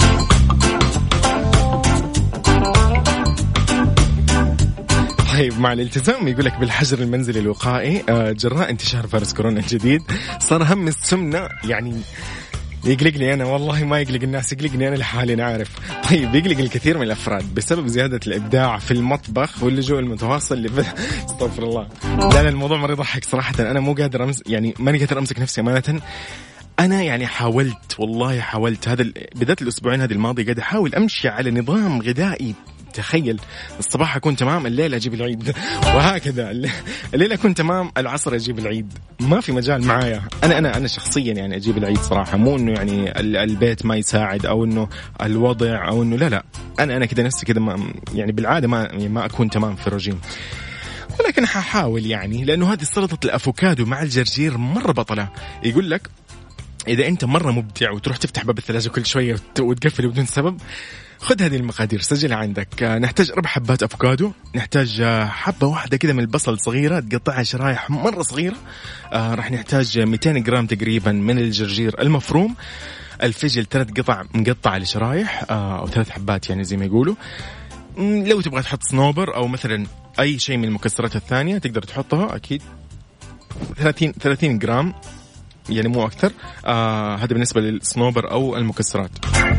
طيب مع الالتزام يقول لك بالحجر المنزلي الوقائي جراء انتشار فيروس كورونا الجديد، صار هم السمنة يعني يقلقني أنا، والله ما يقلق الناس، يقلقني أنا لحالي أنا عارف. طيب يقلق الكثير من الأفراد بسبب زيادة الإبداع في المطبخ واللجوء المتواصل اللي ب... استغفر الله. لا الموضوع مرة يضحك صراحة. أنا مو قادر أمس يعني ماني قادر أمسك نفسي أمانة. أنا يعني حاولت والله حاولت هذا بالذات الأسبوعين هذه الماضية قاعد أحاول أمشي على نظام غذائي تخيل الصباح أكون تمام، الليلة أجيب العيد وهكذا، الليلة أكون تمام، العصر أجيب العيد. ما في مجال معايا أنا أنا أنا شخصيا يعني أجيب العيد صراحة، مو إنه يعني البيت ما يساعد أو إنه الوضع أو إنه لا لا، أنا أنا كده نفسي كده يعني بالعادة ما يعني ما أكون تمام في الرجيم، ولكن ححاول يعني، لأنه هذه سلطة الأفوكادو مع الجرجير مرة بطلة. يقول لك إذا أنت مرة مبدع وتروح تفتح باب الثلاجة كل شوية وتقفل بدون سبب، خذ هذه المقادير سجلها عندك. نحتاج أربع حبات أفوكادو، نحتاج حبة واحدة كده من البصل صغيرة تقطعها شرايح مرة صغيرة، آه راح نحتاج مئتين جرام تقريبا من الجرجير المفروم، الفجل ثلاث قطع مقطعة لشرايح آه أو ثلاث حبات يعني زي ما يقولوا. لو تبغى تحط صنوبر أو مثلا أي شيء من المكسرات الثانية تقدر تحطها أكيد. ثلاثين ثلاثين جرام يعني مو أكثر، آه هذا بالنسبة للصنوبر أو المكسرات.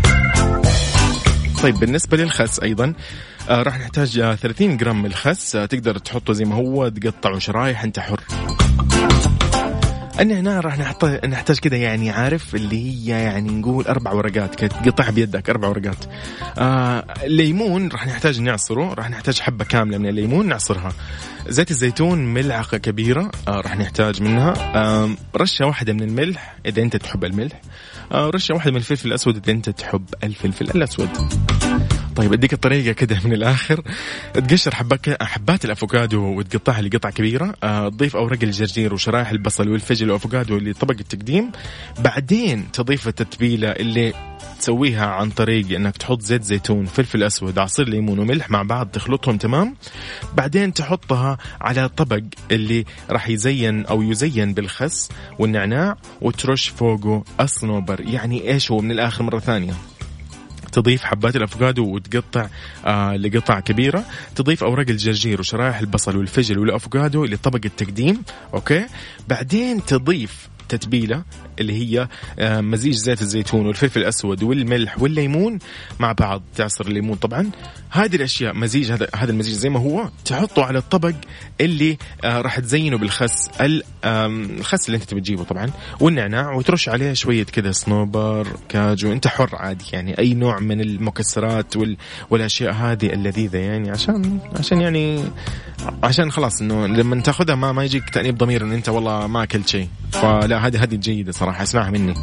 طيب بالنسبة للخس أيضا آه راح نحتاج آه ثلاثين جرام من الخس، آه تقدر تحطه زي ما هو، تقطعه شرايح أنت حر. النعناع راح نحط نحتاج كده يعني عارف اللي هي يعني نقول أربع ورقات كده تقطعها بيدك أربع ورقات. آه ليمون راح نحتاج نعصره، راح نحتاج حبة كاملة من الليمون نعصرها. زيت الزيتون ملعقة كبيرة آه راح نحتاج منها. آه رشة واحدة من الملح إذا أنت تحب الملح، آه رشة واحدة من الفلفل الأسود إذا أنت تحب الفلفل الأسود. طيب أديك الطريقة كده من الآخر. تقشر حبات حبات الأفوكادو وتقطعها لقطع كبيرة، آه، تضيف أوراق الجرجير وشرايح البصل والفجل والأفوكادو اللي طبق التقديم. بعدين تضيف التتبيلة اللي تسويها عن طريق أنك تحط زيت زيتون، فلفل أسود، عصير ليمون وملح مع بعض، تخلطهم تمام. بعدين تحطها على طبق اللي راح يزين أو يزين بالخس والنعناع، وترش فوقه الصنوبر. يعني إيش هو من الآخر مرة ثانية، تضيف حبات الأفوكادو وتقطع آه لقطع كبيرة، تضيف أوراق الجرجير وشرايح البصل والفجل والأفوكادو لطبق التقديم. أوكي، بعدين تضيف تتبيلة اللي هي آه مزيج زيت الزيتون والفلفل الأسود والملح والليمون مع بعض، تعصر الليمون طبعا. هذه الأشياء مزيج، هذا هذا المزيج زي ما هو تحطه على الطبق اللي آه راح تزينه بالخس، الخس اللي انت تبي تجيبه طبعا، والنعناع، وترش عليه شوية كده صنوبر، كاجو، انت حر عادي يعني أي نوع من المكسرات وال والأشياء هذه اللذيذة، يعني عشان عشان يعني عشان خلاص إنه لما تاخذها ما ما يجيك تأنيب ضمير إن أنت والله ما أكلت شيء. فلا هذه هذه جيدة صراحة، اسمعها مني.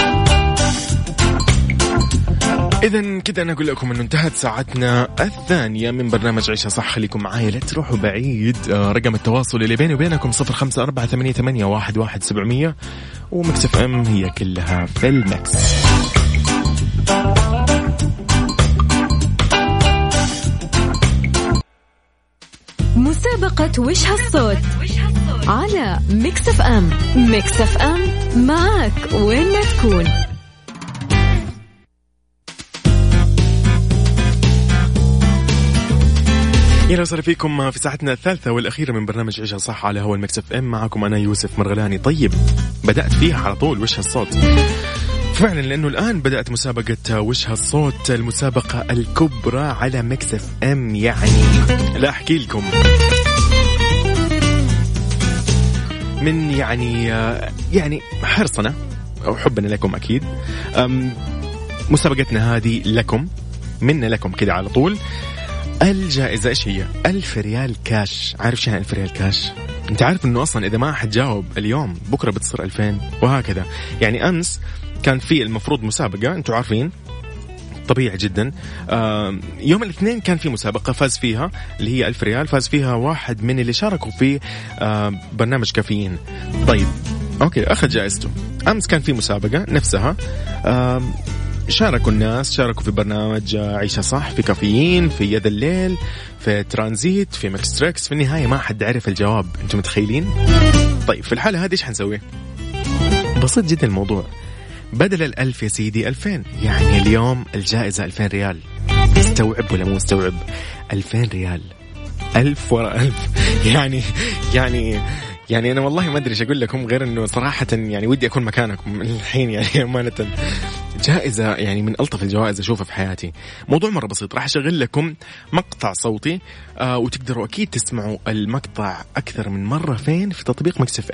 إذن كده أنا أقول لكم إنه انتهت ساعتنا الثانية من برنامج عيشها صح. خليكم معايا لا تروحوا بعيد. آه رقم التواصل اللي بيني وبينكم صفر خمسة أربعة ثمانية ثمانية واحد واحد سبعمية، ومكس اف ام هي كلها في المكس. مسابقة وش هالصوت على ميكس اف ام. ميكس اف ام معك وين ما تكون. يلا وسهلا فيكم في ساعتنا الثالثة والأخيرة من برنامج عيشها صح على هوا المكس اف ام. معكم أنا يوسف مرغلاني. طيب بدأت فيها على طول وش هالصوت فعلا، لأنه الآن بدأت مسابقة وش هالصوت، المسابقة الكبرى على ميكس اف ام. يعني لا أحكي لكم من يعني يعني حرصنا أو حبنا لكم أكيد. مسابقتنا هذه لكم، منا لكم كده على طول. الجائزة إيش هي؟ ألف ريال كاش. عارف شو ألف ريال كاش؟ أنت عارف إنه أصلا إذا ما حتجاوب اليوم بكرة بتصير ألفين وهكذا. يعني أمس كان في المفروض مسابقة، أنتوا عارفين طبيعي جدا. يوم الاثنين كان في مسابقة فاز فيها اللي هي ألف ريال، فاز فيها واحد من اللي شاركوا في برنامج كافيين. طيب أوكي، أخذ جائزته. أمس كان في مسابقة نفسها، شاركوا الناس، شاركوا في برنامج عيشها صح، في كافيين، في يد الليل، في ترانزيت، في ميكس تريكس. في النهاية ما حد عرف الجواب. أنتم متخيلين؟ طيب في الحالة هذه إيش حنسوي؟ بسيط جدا الموضوع. بدل الألف يا سيدي ألفين. يعني اليوم الجائزة ألفين ريال. استوعب ولا مو استوعب؟ ألفين ريال، ألف ورا ألف. يعني يعني يعني أنا والله ما أدري إيش أقول لكم غير إنه صراحة يعني ودي أكون مكانكم الحين. يعني أمانة جائزة يعني من ألطف الجوائز أشوفها في حياتي. موضوع مرة بسيط، راح أشغل لكم مقطع صوتي آه وتقدروا أكيد تسمعوا المقطع أكثر من مرة. فين؟ في تطبيق مكس اف ام.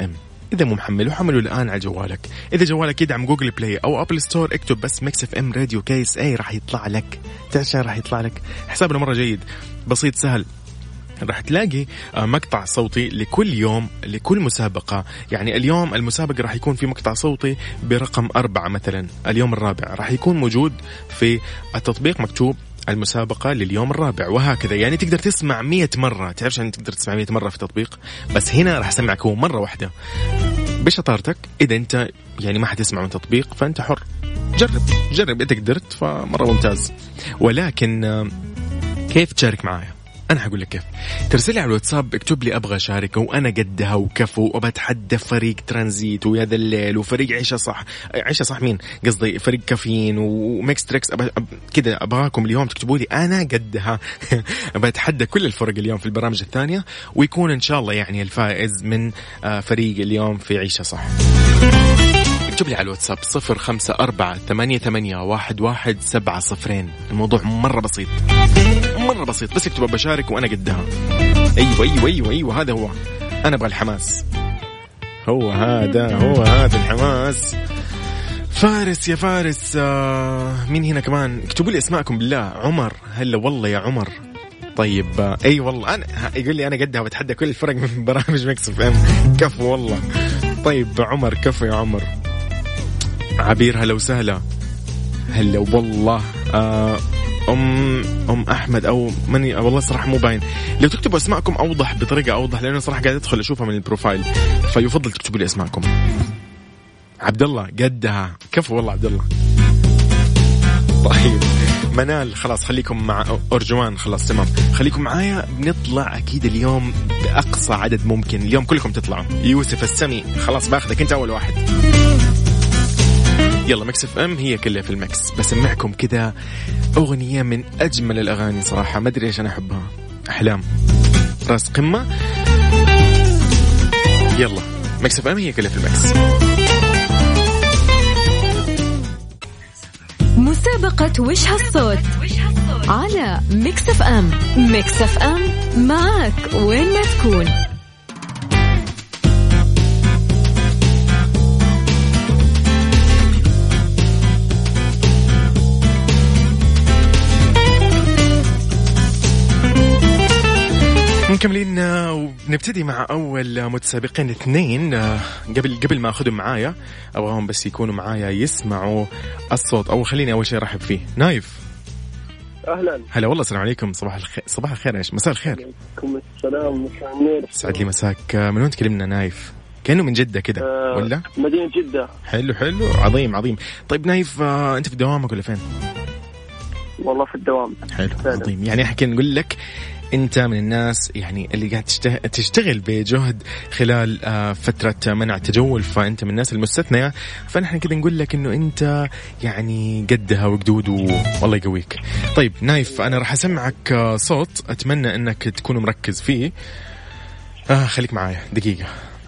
إذا مو محمله حمله الآن على جوالك. إذا جوالك يدعم جوجل بلاي أو أبل ستور اكتب بس ميكس اف ام راديو كيس اي راح يطلع لك. تعرف راح يطلع لك حسابنا مرة جيد بسيط سهل. راح تلاقي مقطع صوتي لكل يوم لكل مسابقة. يعني اليوم المسابقة راح يكون في مقطع صوتي برقم أربعة مثلا، اليوم الرابع راح يكون موجود في التطبيق مكتوب المسابقة لليوم الرابع، وهكذا. يعني تقدر تسمع مية مرة. تعرفش أن تقدر تسمع مية مرة في التطبيق، بس هنا راح أسمعك هو مرة واحدة بشطارتك. إذا أنت يعني ما حتسمع من تطبيق فأنت حر، جرب جرب إذا قدرت فمرة ممتاز. ولكن كيف تشارك معايا؟ أنا هقول لك كيف. ترسلي على الواتساب اكتب لي أبغى أشارك وأنا قدها وكفو وبتحدى فريق ترانزيت ويا ذا الليل وفريق عيشة صح. عيشة صح مين قصدي؟ فريق كافيين وميكس تريكس. أب... أب... كده أبغاكم اليوم تكتبوا لي أنا قدها. بتحدى كل الفرق اليوم في البرامج الثانية، ويكون إن شاء الله يعني الفائز من فريق اليوم في عيشة صح. اكتب لي على الواتساب صفر خمسة أربعة ثمانية ثمانية واحد واحد سبعة صفرين. الموضوع مرة بسيط مرة بسيط، بس اكتب بشارك وأنا قدها. أيوة أيوة أيوة أيوة هذا هو. أنا أبغى الحماس، هو هذا هو هذا الحماس. فارس يا فارس. آه مين هنا كمان؟ اكتبوا لي اسماءكم بالله. عمر هلا والله يا عمر. طيب آه أي والله أنا يقول لي أنا قدها وبتحدى كل الفرق من برامج ميكس اف ام. كفو والله. طيب عمر كفو يا عمر. عبير هلا وسهلا. هلا والله. آه أم أم أحمد أو مني والله صراحة مو باين. لو تكتبوا أسماءكم أوضح بطريقة أوضح، لأنه صراحة قاعد أدخل أشوفها من البروفايل، فيفضل تكتبوا لي أسماءكم. عبد الله قدها. كفو والله عبد الله. طيب منال خلاص خليكم مع أرجوان. خلاص تمام خليكم معايا. بنطلع أكيد اليوم بأقصى عدد ممكن. اليوم كلكم تطلعوا. يوسف السمي خلاص باخذك أنت أول واحد. يلا ميكس اف ام هي كلها في المكس. بسمعكم كذا أغنية من أجمل الأغاني صراحة، ما أدري إيش أنا أحبها. أحلام راس قمة. يلا ميكس اف ام هي كلها في المكس. مسابقة وش هالصوت على ميكس اف ام. ميكس اف ام معك وين ما تكون. مكملين ونبتدي مع أول متسابقين اثنين. قبل قبل ما أخذهم معايا أبغاهم بس يكونوا معايا يسمعوا الصوت. أو خليني أول شيء رحب فيه نايف. أهلا. هلا والله السلام عليكم. صباح الخير. صباح الخير إيش مساء الخير. عليكم السلام مساء النور. سعد لي مساك. من وين تكلمنا نايف؟ كأنه من جدة كده أه ولا؟ مدينة جدة. حلو حلو عظيم عظيم. طيب نايف آه أنت في دوامك ولا فين؟ والله في الدوام. حلو عظيم. يعني حكي نقول لك أنت من الناس يعني اللي قاعد تشتغل بجهد خلال فترة منع التجول، فأنت من الناس المستثنية. فنحن كده نقول لك إنه أنت يعني قدها وقدود والله يقويك. طيب نايف أنا راح أسمعك صوت أتمنى أنك تكون مركز فيه. آه خليك معايا دقيقة.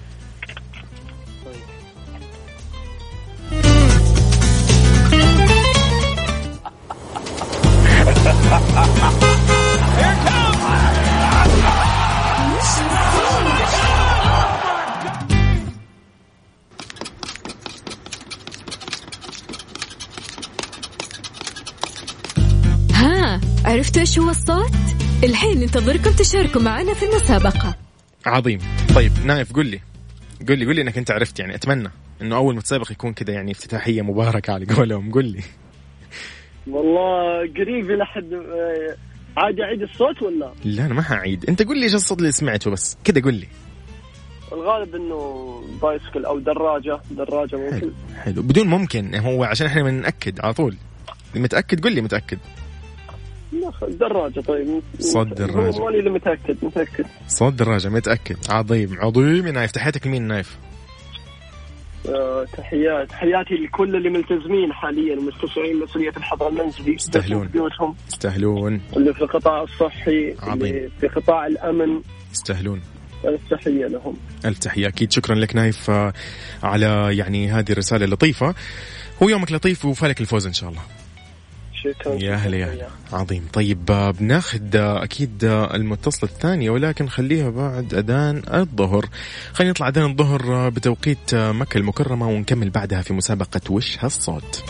ها عرفتوا ايش هو الصوت؟ الحين ننتظركم تشاركوا معنا في المسابقة. عظيم. طيب نايف قل لي قل لي قل لي انك انت عرفت. يعني اتمنى انه اول متسابق يكون كذا يعني افتتاحية مباركة على قولهم. قل لي. والله قريب لحد عادي اعيد الصوت ولا لا؟ انا ما هعيد. انت قل لي ايش الصوت اللي سمعته بس كذا قل لي. الغالب انه بايسكل او دراجة. دراجة ممكن. حلو, حلو. بدون ممكن هو عشان احنا بنأكد على طول. متأكد قل لي متأكد. دراجة. طيب صوت دراجة. ماني اللي متأكد. متأكد صوت دراجة متأكد. عظيم عظيم. نايف تحياتك لمين نايف؟ أه تحيات تحياتي لكل اللي ملتزمين حاليا ومستشعرين مسؤولية الحظر المنزلي. يستاهلون بيوتهم. يستاهلون. اللي في القطاع الصحي. عظيم. اللي في قطاع الأمن يستاهلون. ألف تحية لهم. ألف تحية. أكيد. شكرا لك نايف على يعني هذه الرسالة اللطيفة. هو يومك لطيف وفالك الفوز إن شاء الله. شكرا. يا أهلا يا أهلا. عظيم. طيب بناخد أكيد المتصلة الثانية ولكن خليها بعد أذان الظهر. خلينا نطلع أذان الظهر بتوقيت مكة المكرمة ونكمل بعدها في مسابقة وش هالصوت.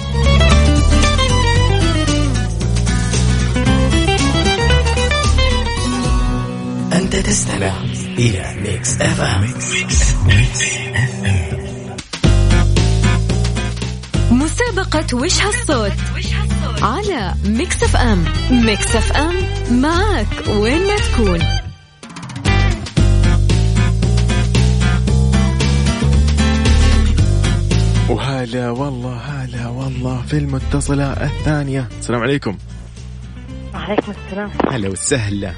أنت تستمع إلى ميكس إف إم. مسابقة وش هالصوت على ميكس إف إم. ميكس إف إم معك وين ما تكون. وهلا والله هلا والله في المتصلة الثانية. السلام عليكم. وعليكم السلام. هلا وسهلا.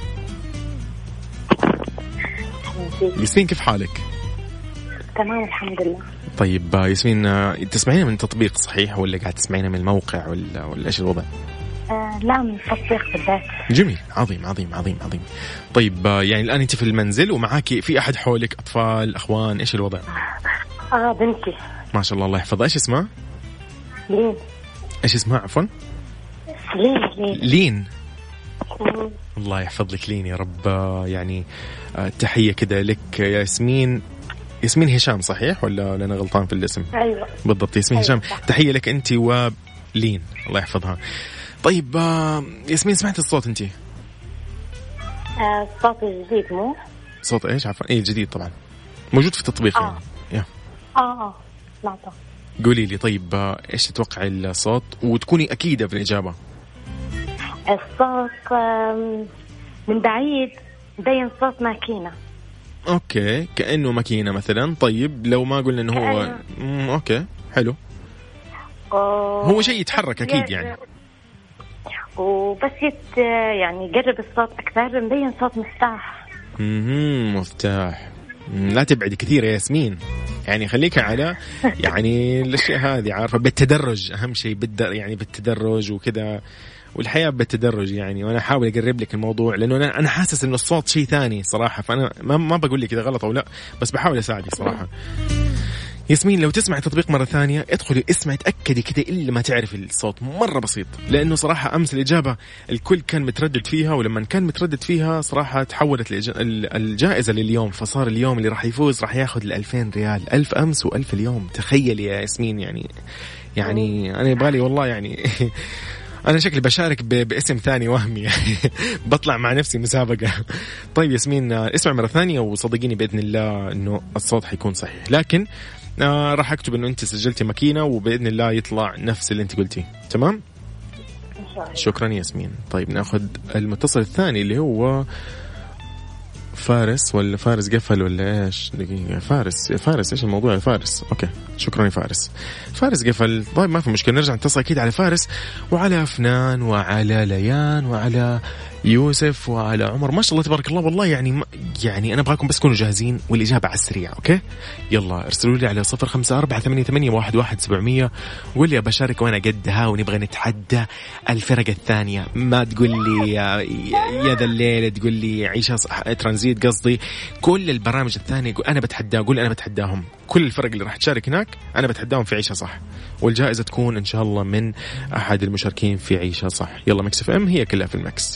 ياسمين كيف حالك؟ تمام الحمد لله. طيب ياسمين تسمعينا من تطبيق صحيح ولا قاعد تسمعينا من الموقع ولا ولا ايش الوضع؟ آه لا من تطبيق بالذات. جميل. عظيم عظيم عظيم عظيم. طيب يعني الآن أنت في المنزل ومعاكي في أحد حولك أطفال أخوان إيش الوضع؟ آه بنتي. ما شاء الله الله يحفظها. إيش اسمها؟ لين. إيش اسمها عفوا؟ لين. لين. لين. الله يحفظ لك لين يا رب. يعني تحية كده لك يا ياسمين. ياسمين هشام صحيح ولا أنا غلطان في الاسم؟ أيوة بالضبط ياسمين أيوة. هشام. تحية لك أنت ولين الله يحفظها. طيب ياسمين سمعت الصوت أنت؟ آه صوت جديد مو؟ صوت إيش عفوا؟ إيه جديد طبعا موجود في التطبيق آه. يعني. يا. آه آه لا طبعا. قولي لي طيب إيش تتوقع الصوت وتكوني أكيدة في الإجابة؟ الصوت من بعيد مبين صوت ماكينة. اوكي كأنه ماكينة مثلا. طيب لو ما قلنا انه هو مم اوكي حلو. أوه. هو شيء يتحرك اكيد يعني. وبس يت يعني يقرب الصوت اكثر مبين صوت مفتاح. امم مفتاح. لا تبعد كثير يا ياسمين يعني خليك على يعني الاشياء هذه عارفة بالتدرج اهم شيء بالدر يعني بالتدرج وكذا والحياة بالتدرج يعني. وأنا أحاول أقرب لك الموضوع لأنه أنا أنا حاسس إنه الصوت شيء ثاني صراحة. فأنا ما ما بقول لك كذا غلط أو لا بس بحاول أساعدك صراحة. ياسمين لو تسمع التطبيق مرة ثانية ادخلي اسمعي تأكدي كده إلا ما تعرف الصوت مرة بسيط. لأنه صراحة أمس الإجابة الكل كان متردد فيها ولما كان متردد فيها صراحة تحولت الجائزة لليوم. فصار اليوم اللي راح يفوز راح ياخذ الألفين ريال. ألف أمس وألف اليوم. تخيلي يا ياسمين يعني يعني أنا يبغالي والله يعني أنا شكلي بشارك باسم ثاني وهمي بطلع مع نفسي مسابقة. طيب ياسمين اسمع مرة ثانية وصدقيني بإذن الله إنه الصوت حيكون صحيح. لكن آه راح أكتب إنه أنت سجلتي ماكينة وبإذن الله يطلع نفس اللي أنت قلتيه. تمام؟ شكرا ياسمين. طيب نأخذ المتصل الثاني اللي هو فارس ولا فارس قفل ولا إيش؟ دقيقة فارس فارس إيش الموضوع يا فارس؟ أوكي شكرا يا فارس. فارس قفل. طيب ما في مشكلة نرجع نتصل أكيد على فارس وعلى أفنان وعلى ليان وعلى يوسف وعلى عمر. ما شاء الله تبارك الله والله يعني يعني أنا أبغاكم بس تكونوا جاهزين والإجابة على السريع. أوكي يلا ارسلوا لي على صفر خمسة أربعة ثمانية ثمانية واحد واحد سبعمية وقول لي أبشارك وأنا قدها ونبغى نتحدى الفرق الثانية. ما تقول لي يا ذا الليل تقول لي عيشها ترانزيت قصدي كل البرامج الثانية أنا بتحدى أقول أنا بتحداهم. كل الفرق اللي راح تشارك هناك أنا بتحداهم في عيشها صح والجائزة تكون إن شاء الله من أحد المشاركين في عيشها صح. يلا ميكس إف إم هي كلها في المكس.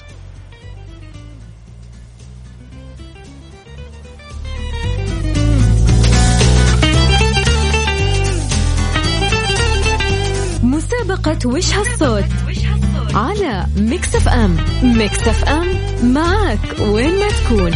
مسابقة وش هالصوت على ميكس إف إم. ميكس إف إم معك وين ما تكون.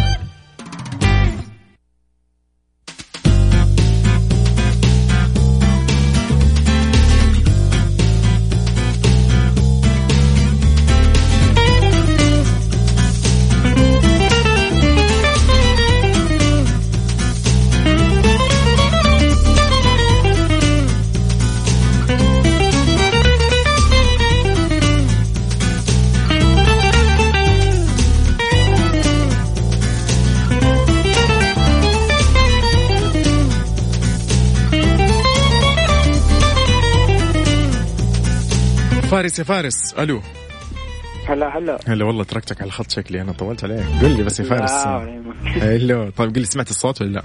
فارس يا فارس ألو. هلا هلا هلا والله تركتك على الخط شكلي أنا طولت عليك. قل لي بس يا فارس. هلو طيب قل لي سمعت الصوت ولا لا؟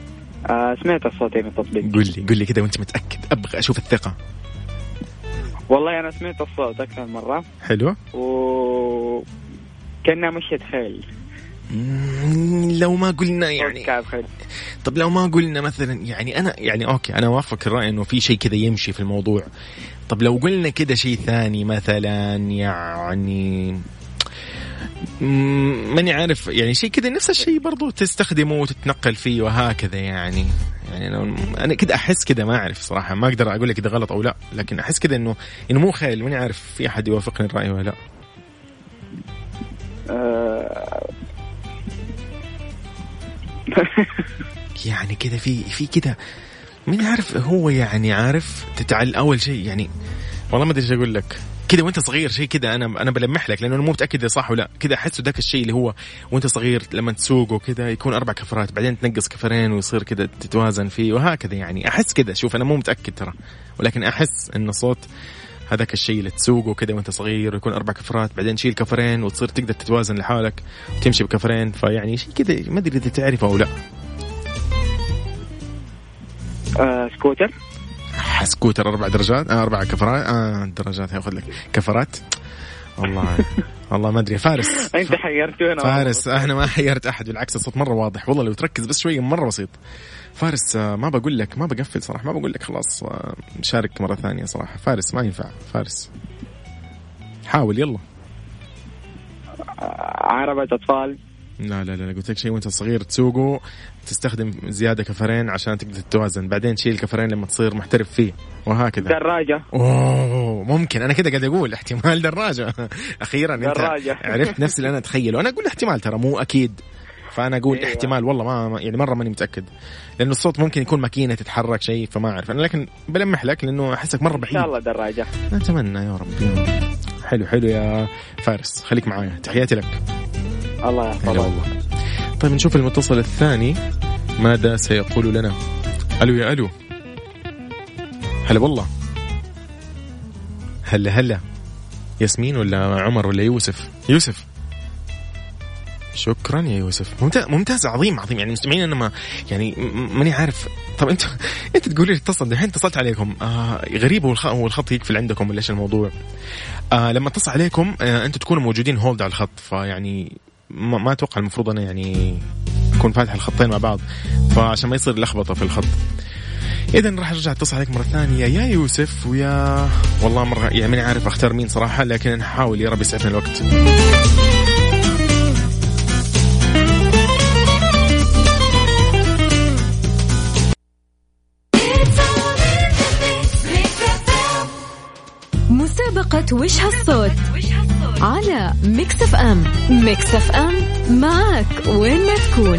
آه سمعت الصوت من التطبيق. قل لي قل لي كده وانت متأكد أبغى أشوف الثقة. والله أنا سمعت الصوت أكثر مرة. حلو. و كنا مشيت خيل. لو ما قلنا يعني طب لو ما قلنا مثلا يعني أنا يعني أوكي أنا وافق الرأي إنه في شيء كذا يمشي في الموضوع. طب لو قلنا كذا شيء ثاني مثلا يعني ماني عارف يعني شيء كذا نفس الشيء برضو تستخدمه وتتنقل فيه وهكذا يعني يعني أنا, أنا كده أحس كده ما أعرف صراحة ما أقدر أقول لك كده غلط أو لا لكن أحس كده إنه إنه مو خيل ماني عارف في أحد يوافقني الرأي ولا لا. يعني كده في في كده ماني عارف هو يعني عارف تتعل أول شيء يعني والله ما أدري إيش أقول لك كده وانت صغير شيء كده انا انا بلمح لك لانه انا مو متاكد اذا صح ولا كده احسه ذاك الشيء اللي هو وانت صغير لما تسوقه كده يكون اربع كفرات بعدين تنقص كفرين ويصير كده تتوازن فيه وهكذا يعني احس كده شوف انا مو متاكد ترى ولكن احس ان صوت هذاك الشيء اللي تسوقه كده وانت صغير ويكون اربع كفرات بعدين تشيل كفرين وتصير تقدر تتوازن لحالك وتمشي بكفرين فيعني شيء كده ما ادري اذا تعرفه او لا. آه سكوتر. سكوتر أربع درجات آه أربع كفرات آه درجات هياخذ لك كفرات والله والله ما أدري. فارس أنت حيرتونا. فارس أنا ما حيرت أحد بالعكس الصوت مرة واضح والله لو تركز بس شوية مرة بسيط. فارس آه ما بقول لك ما بقفل صراحة ما بقول لك خلاص آه شارك مرة ثانية صراحة. فارس ما ينفع فارس حاول يلا. عربة أطفال. لا لا لا قلت لك شيء وانت صغير تسوقه تستخدم زيادة كفرين عشان تقدر تتوازن بعدين تشيل كفرين لما تصير محترف فيه وهكذا. دراجة. اوه ممكن انا كده قاعد اقول احتمال دراجة. اخيرا انت دراجة. عرفت نفس اللي انا اتخيله وانا اقول احتمال ترى مو اكيد فانا اقول أيوة. احتمال والله ما يعني مرة ماني متأكد لانه الصوت ممكن يكون ماكينة تتحرك شيء فما اعرف انا لكن بلمح لك لانه احسك مرة بعيد. ان شاء الله دراجة. اتمنى يا رب. حلو حلو يا فارس خليك معايا تحياتي لك. الله يحفظك. طيب نشوف المتصل الثاني ماذا سيقول لنا. ألو يا ألو. هلا والله. هلا هلا ياسمين ولا عمر ولا يوسف. يوسف شكرا يا يوسف ممتاز ممتاز عظيم عظيم يعني مستمعين أنا ما يعني ماني عارف. طب أنت أنت تقولي اتصل دحين اتصلت عليكم آه غريب والخ... والخط يقفل عندكم ولا إيش الموضوع. آه لما اتصل عليكم آه أنتوا تكونوا موجودين هولد على الخط فيعني ما, ما أتوقع المفروض أنا يعني أكون فاتح الخطين مع بعض فعشان ما يصير لخبطة في الخط. إذن راح أرجع أتصل عليك مرة ثانية يا يوسف ويا والله مرة يعني ماني عارف أختار مين صراحة لكن نحاول يا رب يسعفنا الوقت. مسابقة وش هالصوت على ميكس اف ام. ميكس اف ام معك وين ما تكون.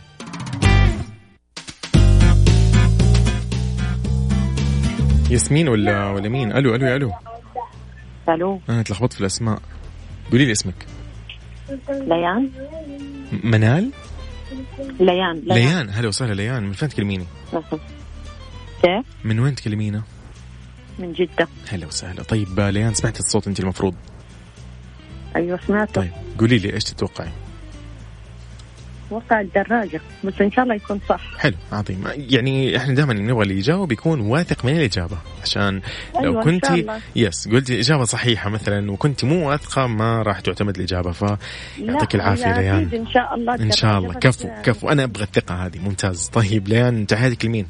ياسمين ولا ولا مين. الو الو الو الو انا تلخبطت في الاسماء قولي لي اسمك. ليان. منال. ليان. ليان هلا وسهلا ليان من فين تكلميني؟ كيف من وين تكلمينا؟ من جدة. هلا وسهلا. طيب ليان سمعت الصوت انت المفروض؟ ايوه سمعته. طيب قولي لي ايش تتوقعي؟ وقع الدراجة بس إن شاء الله يكون صح. حلو عظيم يعني إحنا دائما نبغى اللي يجاوب يكون واثق من الإجابة عشان لو أيوة كنتي يس قلتي إجابة صحيحة مثلا وكنتي مو واثقة ما راح تعتمد الإجابة فيعطيك العافية ليان. إن شاء الله إن شاء الله كفو كفو أنا أبغى الثقة هذه ممتاز. طيب ليان تحياتك لمين؟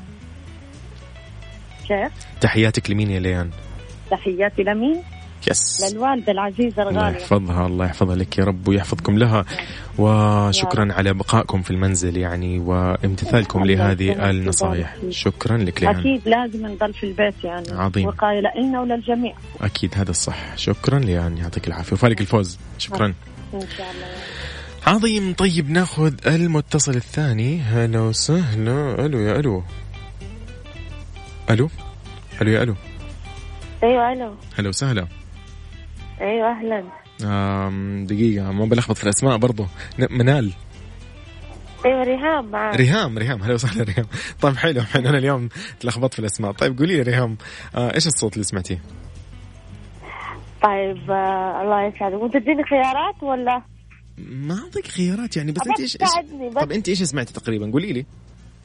كيف؟ تحياتك لمين يا ليان؟ تحياتي لمين؟ يس للوالدة العزيزة الغالية. الله يحفظها الله يحفظها لك يا رب ويحفظكم لها وشكرا على بقائكم في المنزل يعني وامتثالكم لهذه النصائح. شكرا لك ليان. أكيد لازم نضل في البيت يعني عظيم. وقاية لنا وللجميع. أكيد هذا الصح. شكرا ليان يعطيك العافية وفارق الفوز. شكرا إن شاء الله. عظيم. طيب ناخذ المتصل الثاني. هلا وسهلا. ألو يا ألو. ألو ألو يا ألو. أيوة ألو. هلا وسهلا. أيوة أهلا. آم دقيقة ما بلخبط في الأسماء برضو. منال. أيوة ريهام معاك. ريهام ريهام هلا وسهلا ريهام. طيب حلو حلو أنا اليوم تلخبط في الأسماء. طيب قولي لي ريهام آه إيش الصوت اللي سمعتيه؟ طيب آه الله يسعدك. وأنت تديني خيارات ولا؟ ما أعطيك خيارات يعني بس أنت إيش إيش طب أنت إيش سمعتي تقريبا قولي لي.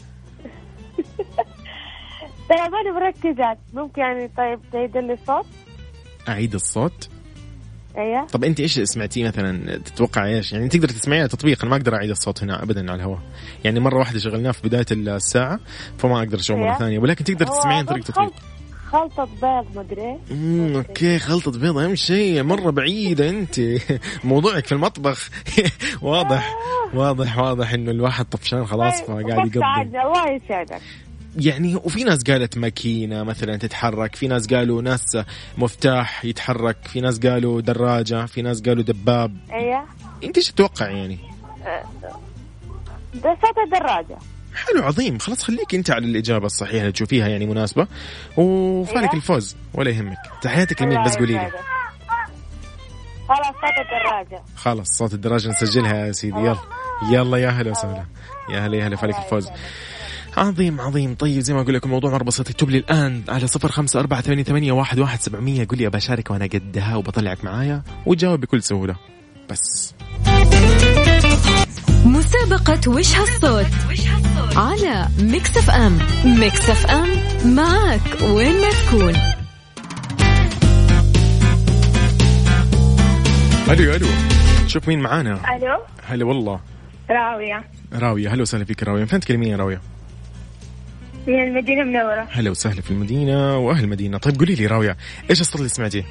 طيب أنا مركزات ممكن يعني. طيب تعيد لي الصوت. أعيد الصوت. ايوه. طب انت ايش سمعتيه مثلا؟ تتوقع ايش يعني؟ تقدر تسمعيه تطبيق، انا ما اقدر اعيد الصوت هنا ابدا على الهواء، يعني مره واحده شغلناه في بدايه الساعه فما اقدر اشغله مره ثانيه، ولكن تقدر تسمعين طريقه تطبيق. خلطة بيض مدري. امم اوكي خلطة بيض اهم شيء، مرة بعيدة انت موضوعك في المطبخ. واضح واضح واضح انه الواحد طفشان خلاص فقاعد يقضي. الله يسعدك. يعني وفي ناس قالت ماكينة مثلا تتحرك، في ناس قالوا ناس مفتاح يتحرك، في ناس قالوا دراجة، في ناس قالوا دباب. ايوه. انت ايش تتوقع يعني؟ ده صوت الدراجة. حلو عظيم، خلاص خليك انت على الإجابة الصحيحة اللي تشوفيها يعني مناسبة وفالك الفوز ولا يهمك. تحياتك لمين بس قولي لي. خلاص صوت الدراجة. خلاص صوت الدراجة نسجلها يا سيدي. يلا يلا يا هلا وسهلا، يا هلا يا هلا، فالك الفوز. عظيم عظيم. طيب زي ما أقول لكم الموضوع مرة بسيط، اكتب لي الآن على صفر خمسة أربعة ثمانية ثمانية واحد واحد سبعمية، قول لي أبشارك وأنا قدها وبطلعك معايا وتجاوب بكل سهولة. بس مسابقة وش هالصوت على ميكس اف ام. ميكس اف ام معك وين ما تكون. ألو ألو، شوف مين معانا. ألو. هلا والله. راوية. راوية، هلا وسهلا فيك راوية. فين تكلمين يا راوية؟ من المدينة منورة. هلا وسهلا في المدينة وأهل المدينة. طيب قولي لي راوية، إيش الصوت اللي سمعتيه؟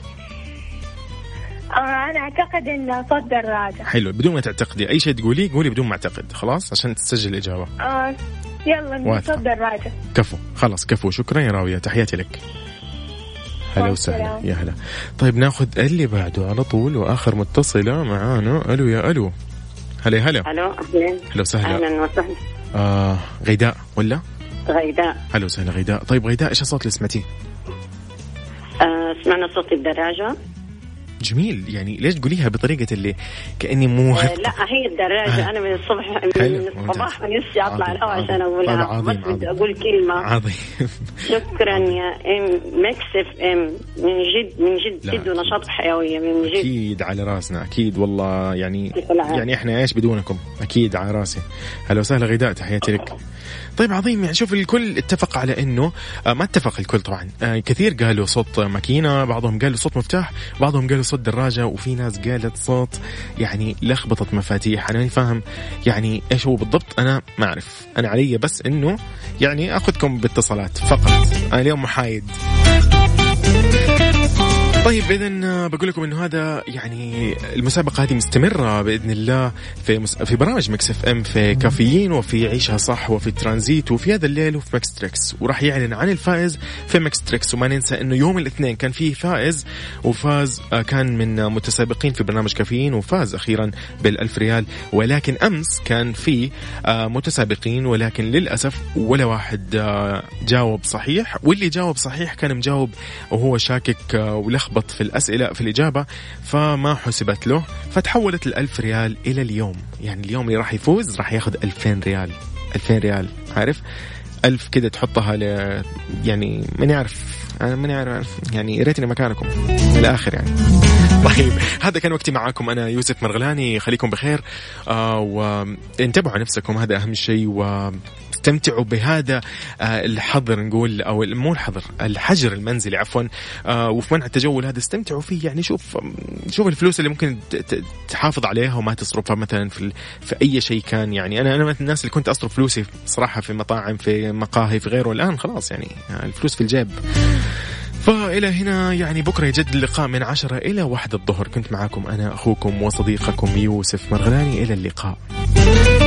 آه أنا أعتقد إنه صوت دراجة. حلو، بدون ما تعتقدي أي شيء تقولي قولي بدون ما أعتقد خلاص عشان تسجل الإجابة. آه يلا صوت دراجة. كفو خلاص كفو. شكرا يا راوية، تحياتي لك. هلا وسهلا يا هلا. طيب ناخذ اللي بعده على طول وآخر متصلة معانا. ألو يا ألو. هلا هلا. ألو أهلا. هلا وسهلا. أهلا وسهلا. آه غيداء ولا؟ غيداء. هلا وسهلا غيداء. طيب غيداء إيش الصوت اللي سمعتيه؟ آه سمعنا صوت الدراجة. جميل، يعني ليش تقوليها بطريقة اللي كأني مو آه لا هي الدراجة. آه. أنا من الصبح من الصباح نفسي أطلع الهواء عشان أقولها، بس بدي أقول كلمة. عظيم. شكرا يا إم ميكس اف ام، من جد من جد جد ونشاط حيوية من جد. أكيد على راسنا أكيد والله، يعني يعني إحنا إيش بدونكم أكيد على راسي. هلا وسهلا غيداء، تحياتي لك. طيب عظيم. يعني شوف الكل اتفق على انه آه ما اتفق الكل طبعا، آه كثير قالوا صوت ماكينة، بعضهم قالوا صوت مفتاح، بعضهم قالوا صوت دراجة، وفي ناس قالت صوت يعني لخبطة مفاتيح. انا ما فاهم يعني ايش هو بالضبط، انا ما اعرف. انا علي بس انه يعني اخذكم باتصالات فقط، انا اليوم محايد. طيب إذن بقول لكم إنه هذا يعني المسابقة هذه مستمرة بإذن الله في مس... في برامج ميكس اف ام، في كافيين وفي عيشها صح وفي ترانزيت وفي هذا الليل وفي ميكس تريكس، وراح يعلن عن الفائز في ميكس تريكس. وما ننسى إنه يوم الاثنين كان فيه فائز وفاز، كان من متسابقين في برنامج كافيين وفاز أخيرا بالألف ريال. ولكن أمس كان فيه متسابقين ولكن للأسف ولا واحد جاوب صحيح، واللي جاوب صحيح كان مجاوب وهو شاكك ولخبط في الأسئلة في الإجابة، فما حسبت له، فتحولت الألف ريال إلى اليوم. يعني اليوم اللي راح يفوز راح ياخذ ألفين ريال. ألفين ريال عارف، ألف كده تحطها ل يعني من يعرف، أنا من يعرف يعني ريتني مكانكم الآخر يعني. طيب هذا كان وقتي معاكم، أنا يوسف مرغلاني، خليكم بخير آه وانتبهوا على نفسكم، هذا أهم شيء، واستمتعوا بهذا آه الحظر نقول، أو مو الحظر، الحجر المنزلي عفوا، آه وفي منع التجول هذا استمتعوا فيه. يعني شوف شوف الفلوس اللي ممكن تحافظ عليها وما تصرفها مثلا في في أي شيء كان. يعني أنا أنا من الناس اللي كنت أصرف فلوسي صراحة في مطاعم، في مقاهي، في غيره، الآن خلاص يعني الفلوس في الجيب. فإلى هنا يعني بكرة يجد اللقاء من عشرة إلى واحد الظهر. كنت معاكم أنا أخوكم وصديقكم يوسف مرغلاني، إلى اللقاء.